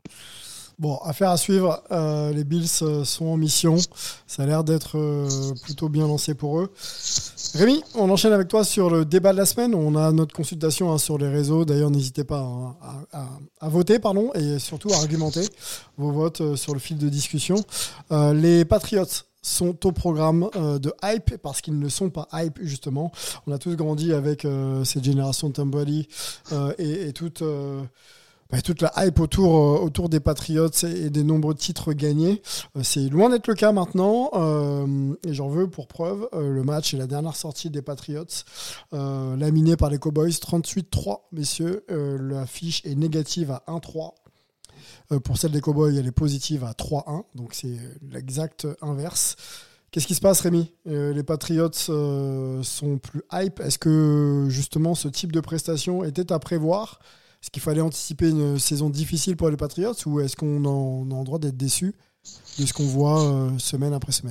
Bon, affaire à suivre. Euh, les Bills euh, sont en mission. Ça a l'air d'être euh, plutôt bien lancé pour eux. Rémi, on enchaîne avec toi sur le débat de la semaine. On a notre consultation hein, sur les réseaux. D'ailleurs, n'hésitez pas hein, à, à, à voter pardon, et surtout à argumenter vos votes euh, sur le fil de discussion. Euh, les Patriots sont au programme euh, de hype parce qu'ils ne sont pas hype justement. On a tous grandi avec euh, cette génération de Tom Brady euh, et, et toute... Euh, toute la hype autour, euh, autour des Patriots et, et des nombreux titres gagnés. Euh, c'est loin d'être le cas maintenant. Euh, et j'en veux pour preuve euh, le match et la dernière sortie des Patriots, euh, laminé par les Cowboys, trente-huit trois, messieurs. Euh, la fiche est négative à un trois. Euh, pour celle des Cowboys, elle est positive à trois un. Donc c'est l'exact inverse. Qu'est-ce qui se passe, Rémi ? euh, Les Patriots euh, sont plus hype. Est-ce que justement ce type de prestation était à prévoir ? Est-ce qu'il fallait anticiper une saison difficile pour les Patriots ou est-ce qu'on en, a en droit d'être déçu de ce qu'on voit euh, semaine après semaine ?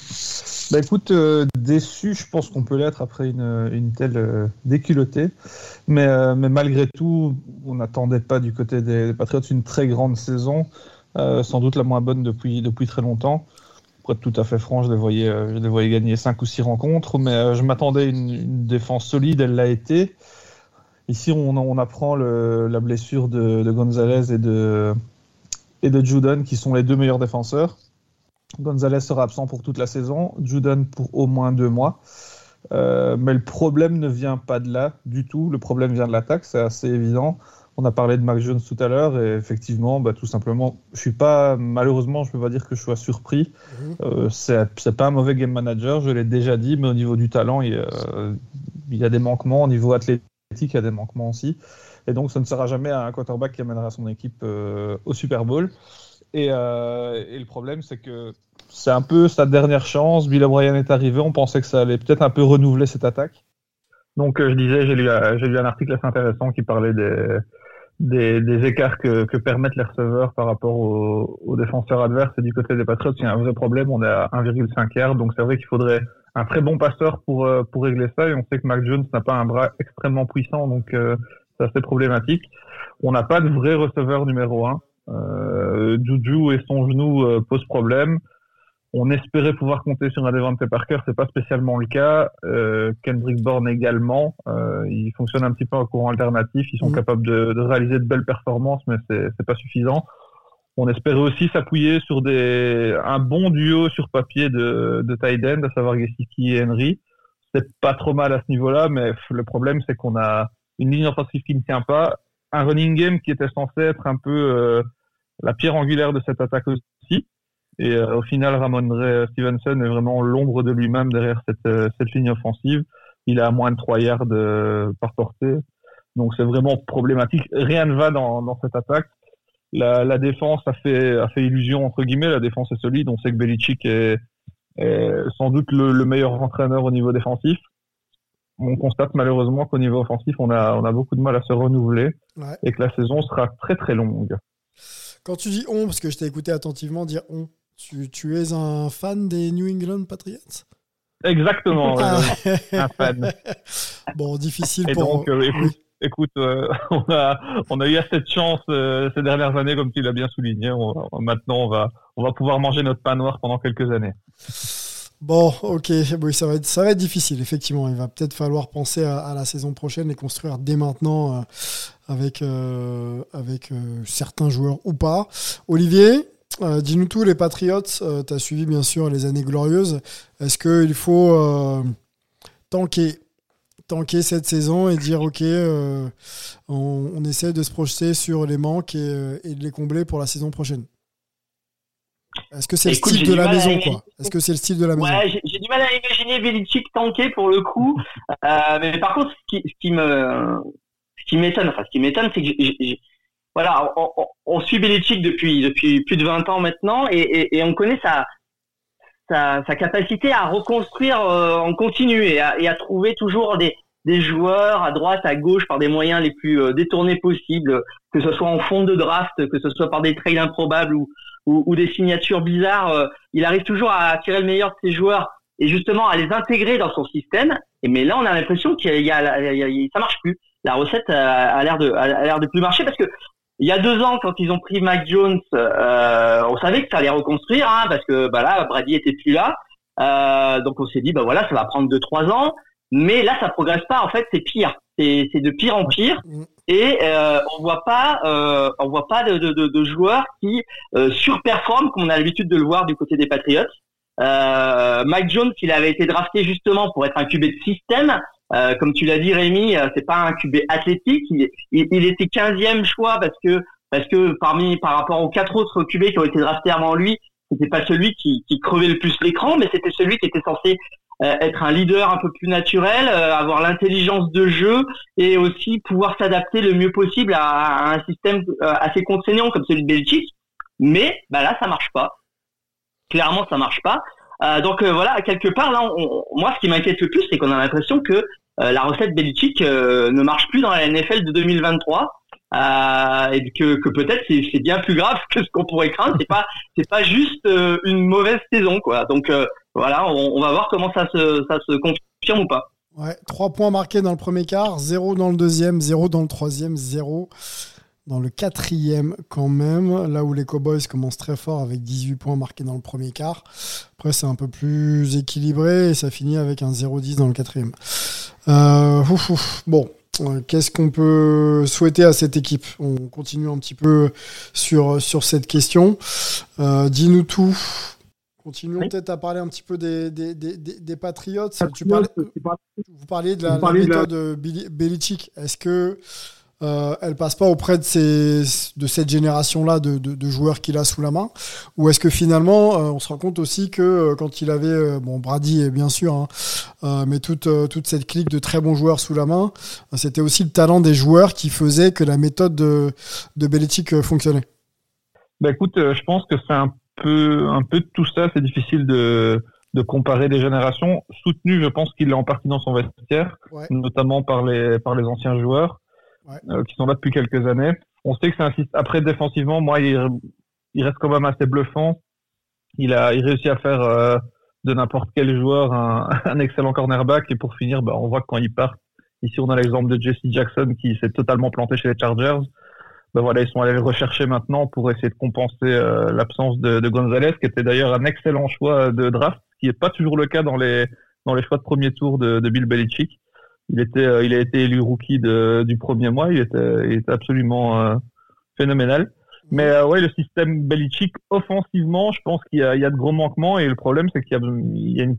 Bah écoute, euh, déçu, je pense qu'on peut l'être après une, une telle euh, déculottée. Mais, euh, mais malgré tout, on n'attendait pas du côté des, des Patriots une très grande saison, euh, sans doute la moins bonne depuis, depuis très longtemps. Pour être tout à fait franc, je les voyais, euh, je les voyais gagner cinq ou six rencontres, mais euh, je m'attendais à une, une défense solide, elle l'a été. Ici, on, on apprend le, la blessure de, de Gonzalez et de, et de Judon, qui sont les deux meilleurs défenseurs. Gonzalez sera absent pour toute la saison, Judon pour au moins deux mois. Euh, mais le problème ne vient pas de là du tout. Le problème vient de l'attaque, c'est assez évident. On a parlé de Mac Jones tout à l'heure, et effectivement, bah, tout simplement, je suis pas, malheureusement, je ne peux pas dire que je sois surpris. Mmh. Euh, c'est, c'est pas un mauvais game manager, je l'ai déjà dit, mais au niveau du talent, il y a, il y a des manquements. Au niveau athlétique, il y a des manquements aussi. Et donc, ça ne sera jamais un quarterback qui amènera son équipe euh, au Super Bowl. Et, euh, et le problème, c'est que c'est un peu sa dernière chance. Bill O'Brien est arrivé, on pensait que ça allait peut-être un peu renouveler cette attaque. Donc, euh, je disais, j'ai lu, j'ai lu un article assez intéressant qui parlait des, des, des écarts que, que permettent les receveurs par rapport aux, aux défenseurs adverses. Et du côté des Patriots, il y a un vrai problème. On est à un virgule cinq yards. Donc, c'est vrai qu'il faudrait un très bon passeur pour, pour régler ça. Et on sait que Mac Jones n'a pas un bras extrêmement puissant. Donc, euh, c'est assez problématique. On n'a pas de vrai receveur numéro un. Euh, Juju et son genou euh, posent problème. On espérait pouvoir compter sur un Devante Parker, c'est pas spécialement le cas. Euh, Kendrick Bourne également, euh, ils fonctionnent un petit peu en courant alternatif, ils sont mmh. capables de, de réaliser de belles performances, mais c'est, c'est pas suffisant. On espérait aussi s'appuyer sur des, un bon duo sur papier de, de tight end, à savoir Gesicki et Henry. C'est pas trop mal à ce niveau-là, mais le problème c'est qu'on a une ligne offensive qui ne tient pas, un running game qui était censé être un peu euh, la pierre angulaire de cette attaque aussi. Et euh, au final, Ramondre Stevenson est vraiment l'ombre de lui-même derrière cette, euh, cette ligne offensive. Il est à moins de trois yards euh, par portée. Donc c'est vraiment problématique. Rien ne va dans, dans cette attaque. La, la défense a fait, a fait illusion, entre guillemets. La défense est solide. On sait que Belichick est, est sans doute le, le meilleur entraîneur au niveau défensif. On constate malheureusement qu'au niveau offensif, on a, on a beaucoup de mal à se renouveler ouais. et que la saison sera très très longue. Quand tu dis on, parce que je t'ai écouté attentivement dire on, tu, tu es un fan des New England Patriots ? Exactement, ah. euh, un fan. Bon, difficile et pour... donc, euh, écoute, écoute euh, on, a, on a eu assez de chance euh, ces dernières années, comme tu l'as bien souligné. On, on, maintenant, on va, on va pouvoir manger notre pain noir pendant quelques années. Bon, ok, oui, ça va être, ça va être difficile, effectivement. Il va peut-être falloir penser à, à la saison prochaine et construire dès maintenant euh, avec, euh, avec euh, certains joueurs ou pas. Olivier, euh, dis-nous tout, les Patriots, euh, tu as suivi bien sûr les années glorieuses. Est-ce qu'il faut euh, tanker, tanker cette saison et dire ok, euh, on, on essaie de se projeter sur les manques et, et de les combler pour la saison prochaine ? Est-ce que c'est Écoute, le style j'ai de du la mal à maison, imaginer- quoi? Est-ce que c'est le style de la maison? Ouais, j'ai, j'ai du mal à imaginer Belichick tanker pour le coup. Euh, mais par contre, ce qui, ce qui me, ce qui m'étonne, enfin, ce qui m'étonne, c'est que j'ai, j'ai- voilà, on, on, on suit Belichick depuis depuis plus de vingt ans maintenant, et, et, et on connaît sa sa, sa capacité à reconstruire euh, en continu et à, et à trouver toujours des des joueurs à droite, à gauche par des moyens les plus euh, détournés possibles, que ce soit en fond de draft, que ce soit par des trades improbables ou ou, ou des signatures bizarres. Euh, il arrive toujours à tirer le meilleur de ses joueurs et justement à les intégrer dans son système. Et mais là, on a l'impression qu'il y a, il y a, il y a ça marche plus. La recette a, a l'air de a l'air de plus marcher parce que il y a deux ans, quand ils ont pris Mac Jones, euh, on savait que ça allait reconstruire, hein, parce que bah là, Brady était plus là. Euh, donc on s'est dit, bah voilà, ça va prendre deux trois ans. Mais là, ça progresse pas. En fait, c'est pire. C'est, c'est de pire en pire. Et euh, on voit pas, euh, on voit pas de, de, de, de joueurs qui euh, surperforment comme on a l'habitude de le voir du côté des Patriots. Euh, Mac Jones, il avait été drafté justement pour être un Q B de système. Euh, comme tu l'as dit, Rémi, euh, c'est pas un Q B athlétique. Il, il, il était quinzième choix parce que parce que parmi par rapport aux quatre autres Q B qui ont été draftés avant lui, c'était pas celui qui, qui crevait le plus l'écran, mais c'était celui qui était censé euh, être un leader un peu plus naturel, euh, avoir l'intelligence de jeu et aussi pouvoir s'adapter le mieux possible à, à un système euh, assez contraignant comme celui de Belichick. Mais bah là, ça marche pas. Clairement, ça marche pas. Euh, donc euh, voilà, quelque part là, on, on, moi, ce qui m'inquiète le plus, c'est qu'on a l'impression que euh, la recette Belichick euh, ne marche plus dans la N F L de deux mille vingt-trois. Euh, et que, que peut-être c'est, c'est bien plus grave que ce qu'on pourrait craindre. C'est pas, c'est pas juste euh, une mauvaise saison, quoi. Donc euh, voilà, on, on va voir comment ça se, ça se confirme ou pas. Ouais, trois points marqués dans le premier quart, zéro dans le deuxième, zéro dans le troisième, zéro dans le quatrième quand même. Là où les Cowboys commencent très fort avec dix-huit points marqués dans le premier quart. Après, c'est un peu plus équilibré et ça finit avec un zéro dix dans le quatrième. Euh, ouf, ouf. Bon. Qu'est-ce qu'on peut souhaiter à cette équipe? On continue un petit peu sur, sur cette question. Euh, dis-nous tout. Continuons oui. peut-être à parler un petit peu des, des, des, des Patriots. Tu parlais, vous parliez de la, la méthode de Belichick. Est-ce que euh, elle passe pas auprès de, ces, de cette génération-là de, de, de joueurs qu'il a sous la main? Ou est-ce que finalement, euh, on se rend compte aussi que euh, quand il avait, euh, bon, Brady, bien sûr, hein, euh, mais toute, euh, toute cette clique de très bons joueurs sous la main, euh, c'était aussi le talent des joueurs qui faisait que la méthode de, de Belichick euh, fonctionnait? Bah écoute, euh, je pense que c'est un peu, un peu de tout ça. C'est difficile de, de comparer des générations. Soutenu, je pense qu'il est en partie dans son vestiaire, ouais. notamment par les, par les anciens joueurs. Ouais. Euh, qui sont là depuis quelques années. On sait que c'est un système. Après, défensivement, moi, il, il reste quand même assez bluffant. Il a, il réussit à faire euh, de n'importe quel joueur un, un excellent cornerback. Et pour finir, bah, on voit que quand il part, ici, on a l'exemple de Jesse Jackson qui s'est totalement planté chez les Chargers. Ben voilà, ils sont allés le rechercher maintenant pour essayer de compenser euh, l'absence de, de Gonzalez, qui était d'ailleurs un excellent choix de draft, ce qui n'est pas toujours le cas dans les dans les choix de premier tour de, de Bill Belichick. Il était, euh, il a été élu rookie de, du premier mois. Il était, il était absolument euh, phénoménal. Mais euh, ouais, le système Belichick offensivement, je pense qu'il y a, il y a de gros manquements et le problème c'est qu'il y a, il y a une,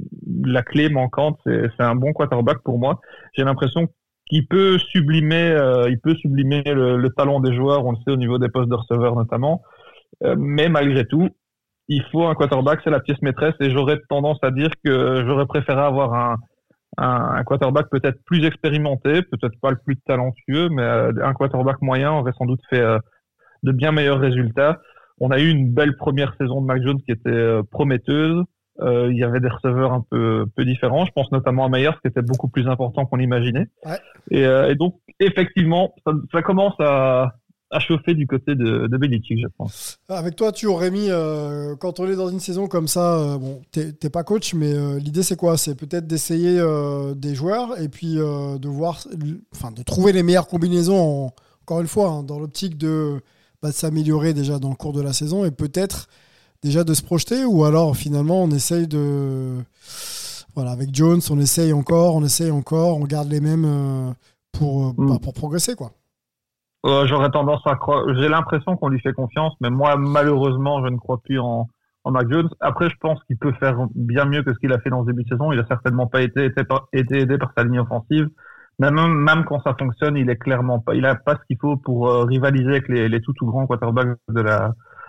la clé manquante, c'est, c'est un bon quarterback pour moi. J'ai l'impression qu'il peut sublimer, euh, il peut sublimer le, le talent des joueurs, on le sait au niveau des postes de receveurs notamment. Euh, mais malgré tout, il faut un quarterback, c'est la pièce maîtresse et j'aurais tendance à dire que j'aurais préféré avoir un Un, un quarterback peut-être plus expérimenté, peut-être pas le plus talentueux, mais euh, un quarterback moyen aurait sans doute fait euh, de bien meilleurs résultats. On a eu une belle première saison de Mac Jones qui était euh, prometteuse. Euh, il y avait des receveurs un peu, peu différents. Je pense notamment à Myers qui était beaucoup plus important qu'on l'imaginait. Ouais. Et, euh, et donc, effectivement, ça, ça commence à... à chauffer du côté de, de Belichick, je pense. Avec toi, tu aurais mis, euh, quand on est dans une saison comme ça, euh, bon, t'es, t'es pas coach, mais euh, l'idée c'est quoi? C'est peut-être d'essayer euh, des joueurs et puis euh, de voir, enfin, de trouver les meilleures combinaisons, en, encore une fois, hein, dans l'optique de, bah, de s'améliorer déjà dans le cours de la saison et peut-être déjà de se projeter, ou alors finalement on essaye de, voilà, avec Jones, on essaye encore, on essaye encore, on garde les mêmes euh, pour, mm. bah, pour progresser, quoi. Euh, j'aurais tendance à croire, j'ai l'impression qu'on lui fait confiance, mais moi, malheureusement, je ne crois plus en, en Mac Jones. Après, je pense qu'il peut faire bien mieux que ce qu'il a fait dans ce début de saison. Il a certainement pas été, été, été aidé par sa ligne offensive. Même, même quand ça fonctionne, il est clairement pas, il a pas ce qu'il faut pour euh, rivaliser avec les, les tout tout grands quarterbacks de la,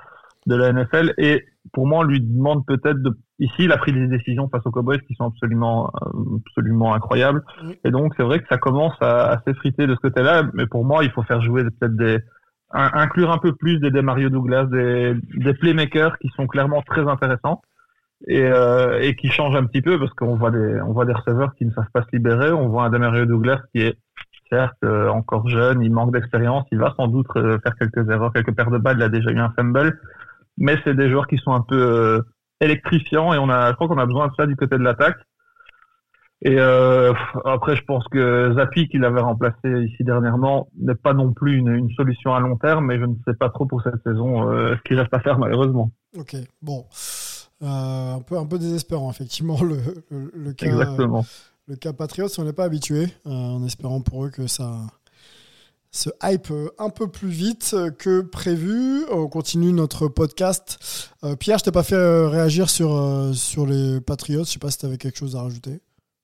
de la N F L. Et pour moi, on lui demande peut-être de... Ici, il a pris des décisions face aux Cowboys qui sont absolument, absolument incroyables. Oui. Et donc, c'est vrai que ça commence à, à s'effriter de ce côté-là. Mais pour moi, il faut faire jouer peut-être des... inclure un peu plus des, des Mario Douglas, des, des playmakers qui sont clairement très intéressants et, euh, et qui changent un petit peu parce qu'on voit des, on voit des receveurs qui ne savent pas se libérer. On voit un Mario Douglas qui est certes euh, encore jeune, il manque d'expérience, il va sans doute euh, faire quelques erreurs, quelques paires de balles, il a déjà eu un fumble, mais c'est des joueurs qui sont un peu euh, électrifiants et on a, je crois qu'on a besoin de ça du côté de l'attaque. Et euh, après, je pense que Zappy, qui l'avait remplacé ici dernièrement, n'est pas non plus une, une solution à long terme, mais je ne sais pas trop pour cette saison euh, ce qu'il reste à faire malheureusement. Ok, bon, euh, un peu un peu désespérant effectivement le, le, le cas. Exactement. Euh, le cas Patriots, on n'est pas habitué, euh, en espérant pour eux que ça se hype un peu plus vite que prévu. On continue notre podcast. Euh, Pierre, je t'ai pas fait réagir sur euh, sur les Patriots. Je sais pas si tu avais quelque chose à rajouter.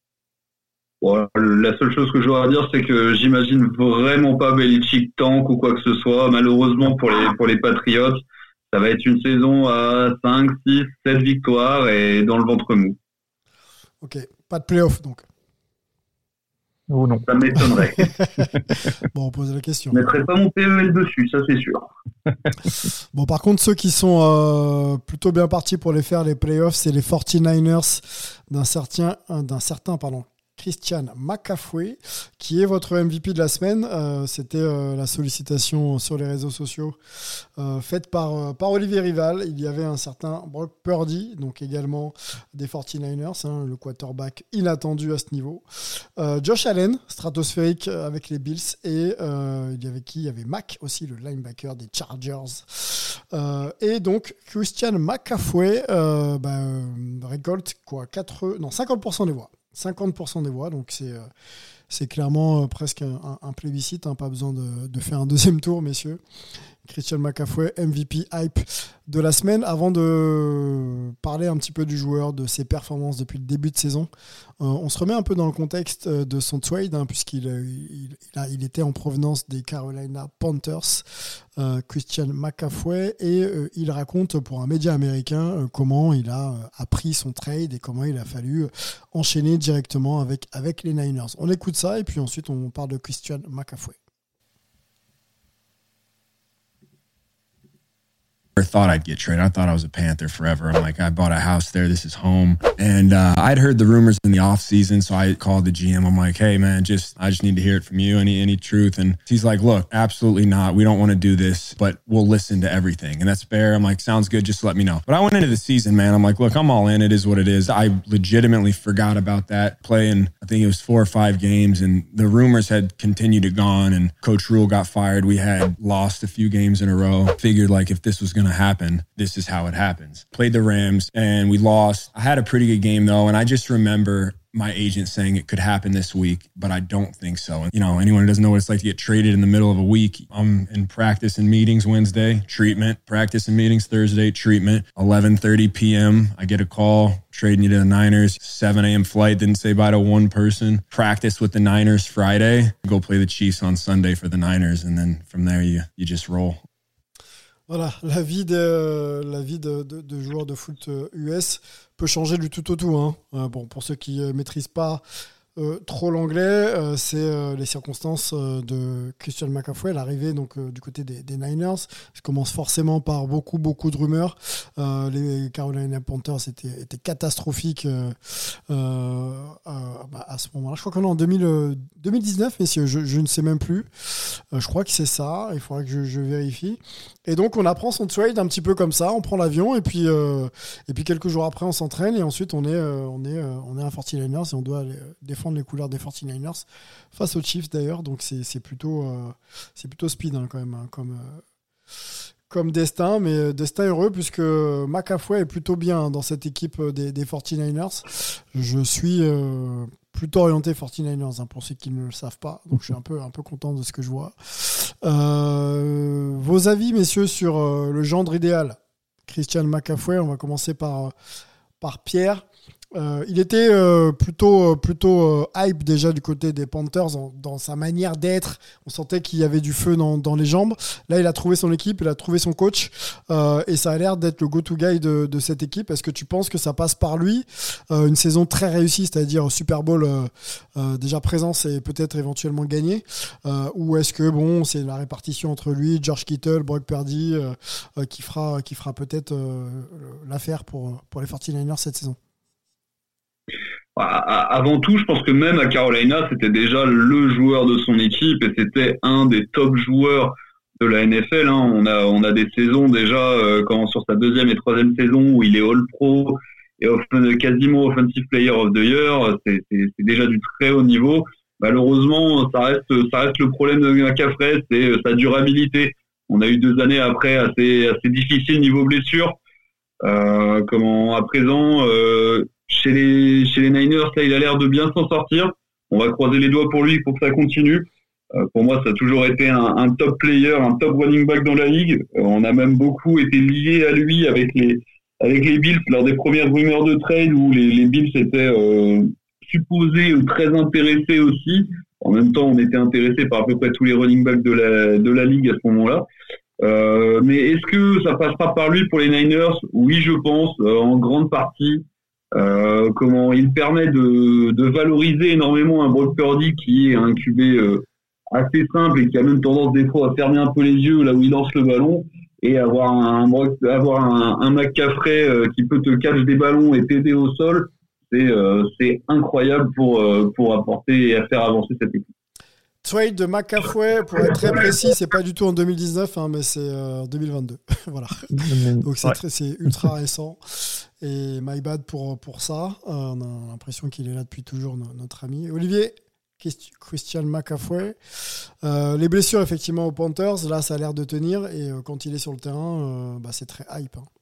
Bon, la seule chose que j'aurais à dire, c'est que j'imagine vraiment pas Belichick tank ou quoi que ce soit. Malheureusement pour les pour les Patriots, ça va être une saison à cinq, six, sept victoires et dans le ventre mou. Ok, pas de play-off donc. Ou non. Ça m'étonnerait. Bon, on pose la question. Je ne mettrai pas mon P E L dessus, ça c'est sûr. Bon, par contre, ceux qui sont euh, plutôt bien partis pour les faire, les playoffs, c'est les forty-niners d'un certain, d'un certain pardon, Christian McCaffrey, qui est votre M V P de la semaine. Euh, c'était euh, la sollicitation sur les réseaux sociaux euh, faite par, euh, par Olivier Rival. Il y avait un certain Brock Purdy, donc également des forty-niners, hein, le quarterback inattendu à ce niveau. Euh, Josh Allen, stratosphérique avec les Bills. Et euh, il y avait qui ? Il y avait Mac aussi, le linebacker des Chargers. Euh, et donc, Christian McCaffrey euh, bah, euh, récolte quoi, quatre, non, cinquante pour cent des voix. cinquante pour cent des voix, donc c'est, euh, c'est clairement euh, presque un, un plébiscite, hein, pas besoin de, de faire un deuxième tour, messieurs. Christian McCaffrey, M V P hype de la semaine. Avant de parler un petit peu du joueur, de ses performances depuis le début de saison, euh, on se remet un peu dans le contexte de son trade, hein, puisqu'il il, il, a, il était en provenance des Carolina Panthers, euh, Christian McCaffrey, et euh, il raconte pour un média américain euh, comment il a euh, appris son trade et comment il a fallu euh, enchaîner directement avec, avec les Niners. On écoute ça et puis ensuite on parle de Christian McCaffrey. I thought I'd get traded. I thought I was a Panther forever. I'm like, I bought a house there. This is home. And uh, I'd heard the rumors in the off season, so I called the G M. I'm like, hey man, just I just need to hear it from you. Any any truth? And he's like, look, absolutely not. We don't want to do this, but we'll listen to everything. And that's fair. I'm like, sounds good. Just let me know. But I went into the season, man. I'm like, look, I'm all in. It is what it is. I legitimately forgot about that. Playing, I think it was four or five games, and the rumors had continued to go on. And Coach Rule got fired. We had lost a few games in a row. Figured like if this was going to happen, this is how it happens. Played the Rams and we lost. I had a pretty good game though, and I just remember my agent saying it could happen this week, but I don't think so. And you know, anyone who doesn't know what it's like to get traded in the middle of a week, I'm in practice and meetings Wednesday, treatment, practice and meetings Thursday, treatment, eleven thirty p.m. I get a call, trading you to the Niners, seven a.m. flight, didn't say bye to one person. Practice with the Niners Friday, go play the Chiefs on Sunday for the Niners, and then from there you you just roll. Voilà, la vie de, la vie de, de, de joueurs de foot U S peut changer du tout au tout. Hein. Euh, bon, pour ceux qui ne maîtrisent pas euh, trop l'anglais, euh, c'est euh, les circonstances euh, de Christian McCaffrey, l'arrivée donc euh, du côté des, des Niners. Ça commence forcément par beaucoup, beaucoup de rumeurs. Euh, les Carolina Panthers étaient, étaient catastrophiques euh, euh, bah, à ce moment-là. Je crois qu'on est en deux mille, euh, deux mille dix-neuf, messieurs, je, je ne sais même plus. Euh, je crois que c'est ça, il faudra que je, je vérifie. Et donc on apprend son trade un petit peu comme ça, on prend l'avion et puis euh, et puis quelques jours après on s'entraîne et ensuite on est euh, on est euh, on est un forty-niners et on doit aller défendre les couleurs des forty-niners face aux Chiefs d'ailleurs, donc c'est c'est plutôt euh, c'est plutôt speed hein, quand même hein, comme euh, comme destin, mais destin heureux puisque McCaffrey est plutôt bien dans cette équipe des, des forty-niners. Je suis euh, plutôt orienté forty-niners hein, pour ceux qui ne le savent pas, donc je suis un peu un peu content de ce que je vois. Euh, vos avis, messieurs, sur euh, le gendre idéal Christian McCaffrey. On va commencer par, par Pierre. Euh, il était euh, plutôt, plutôt euh, hype déjà du côté des Panthers en, dans sa manière d'être. On sentait qu'il y avait du feu dans, dans les jambes. Là, il a trouvé son équipe, il a trouvé son coach euh, et ça a l'air d'être le go-to guy de, de cette équipe. Est-ce que tu penses que ça passe par lui euh, une saison très réussie, c'est-à-dire Super Bowl euh, euh, déjà présence et peut-être éventuellement gagné euh, ou est-ce que bon, c'est la répartition entre lui, George Kittle, Brock Purdy euh, euh, qui fera, qui fera peut-être euh, l'affaire pour, pour les forty-niners cette saison? Avant tout, je pense que même à Carolina, c'était déjà le joueur de son équipe et c'était un des top joueurs de la N F L. Hein. On a on a des saisons déjà euh, quand sur sa deuxième et troisième saison où il est All-Pro et off, quasiment Offensive Player of the Year. C'est, c'est, c'est déjà du très haut niveau. Malheureusement, ça reste ça reste le problème de McCaffrey, c'est sa durabilité. On a eu deux années après assez assez difficiles niveau blessure. Euh, comment à présent. Euh, Chez les, chez les Niners, là, il a l'air de bien s'en sortir. On va croiser les doigts pour lui pour que ça continue. Euh, pour moi, ça a toujours été un, un top player, un top running back dans la ligue. Euh, on a même beaucoup été liés à lui avec les, avec les Bills lors des premières rumeurs de trade où les, les Bills étaient euh, supposés ou très intéressés aussi. En même temps, on était intéressés par à peu près tous les running backs de la, de la ligue à ce moment-là. Euh, mais est-ce que ça passera par lui pour les Niners? Oui, je pense, euh, en grande partie. Euh, comment il permet de, de valoriser énormément un Brock Purdy qui est un Q B euh, assez simple et qui a même tendance des fois à fermer un peu les yeux là où il lance le ballon et avoir un avoir un, un McCaffrey euh, qui peut te catch des ballons et t'aider au sol, c'est euh, c'est incroyable pour euh, pour apporter et à faire avancer cette équipe. Trade de McCaffrey, pour être très précis, c'est pas du tout en deux mille dix-neuf, hein, mais c'est en euh, deux mille vingt-deux. Voilà. Donc c'est, ouais. très, c'est ultra récent. Et my bad pour, pour ça. Euh, on a l'impression qu'il est là depuis toujours, notre ami. Olivier, Christian McCaffrey. Euh, les blessures, effectivement, aux Panthers, là, ça a l'air de tenir. Et euh, quand il est sur le terrain, euh, bah, c'est très hype. Hein.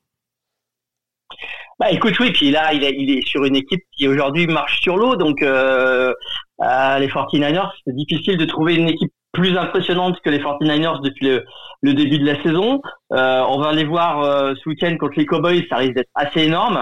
Bah écoute, oui, puis là, il est, il est sur une équipe qui aujourd'hui marche sur l'eau. Donc, euh, euh, les forty-niners, c'est difficile de trouver une équipe plus impressionnante que les forty-niners depuis le, le début de la saison. Euh, on va les voir euh, ce week-end contre les Cowboys, ça risque d'être assez énorme.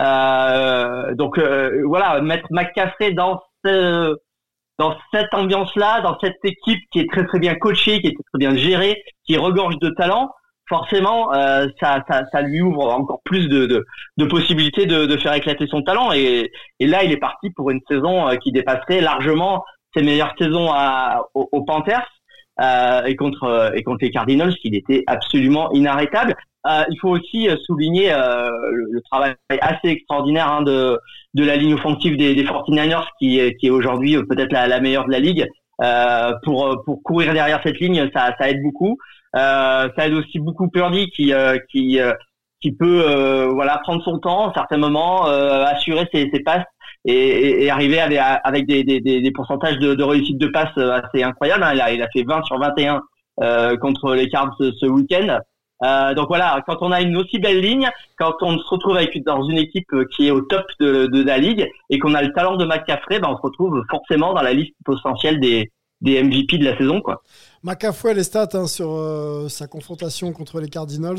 Euh, donc euh, voilà, mettre McCaffrey dans ce, dans cette ambiance-là, dans cette équipe qui est très très bien coachée, qui est très bien gérée, qui regorge de talent, forcément, euh, ça, ça, ça lui ouvre encore plus de, de, de possibilités de, de faire éclater son talent. Et, et là, il est parti pour une saison qui dépasserait largement ses meilleures saisons à, aux, aux Panthers euh, et contre et contre les Cardinals, qu'il était absolument inarrêtable. Euh, il faut aussi souligner euh, le, le travail assez extraordinaire hein, de de la ligne offensive des, des forty-niners, qui est qui est aujourd'hui peut-être la, la meilleure de la ligue. Euh, pour pour courir derrière cette ligne, ça ça aide beaucoup. Euh, ça aide aussi beaucoup Purdy qui euh, qui euh, qui peut euh, voilà prendre son temps à certains moments, euh, assurer ses, ses passes et, et, et arriver avec, avec des, des, des pourcentages de, de réussite de passe assez incroyables. Hein. Il a il a fait vingt sur vingt et un euh, contre les Cards ce, ce week-end. Euh, donc voilà, quand on a une aussi belle ligne, quand on se retrouve avec dans une équipe qui est au top de, de la ligue et qu'on a le talent de McCaffrey, ben on se retrouve forcément dans la liste potentielle des des M V P de la saison, quoi. McCaffrey, les stats hein, sur euh, sa confrontation contre les Cardinals,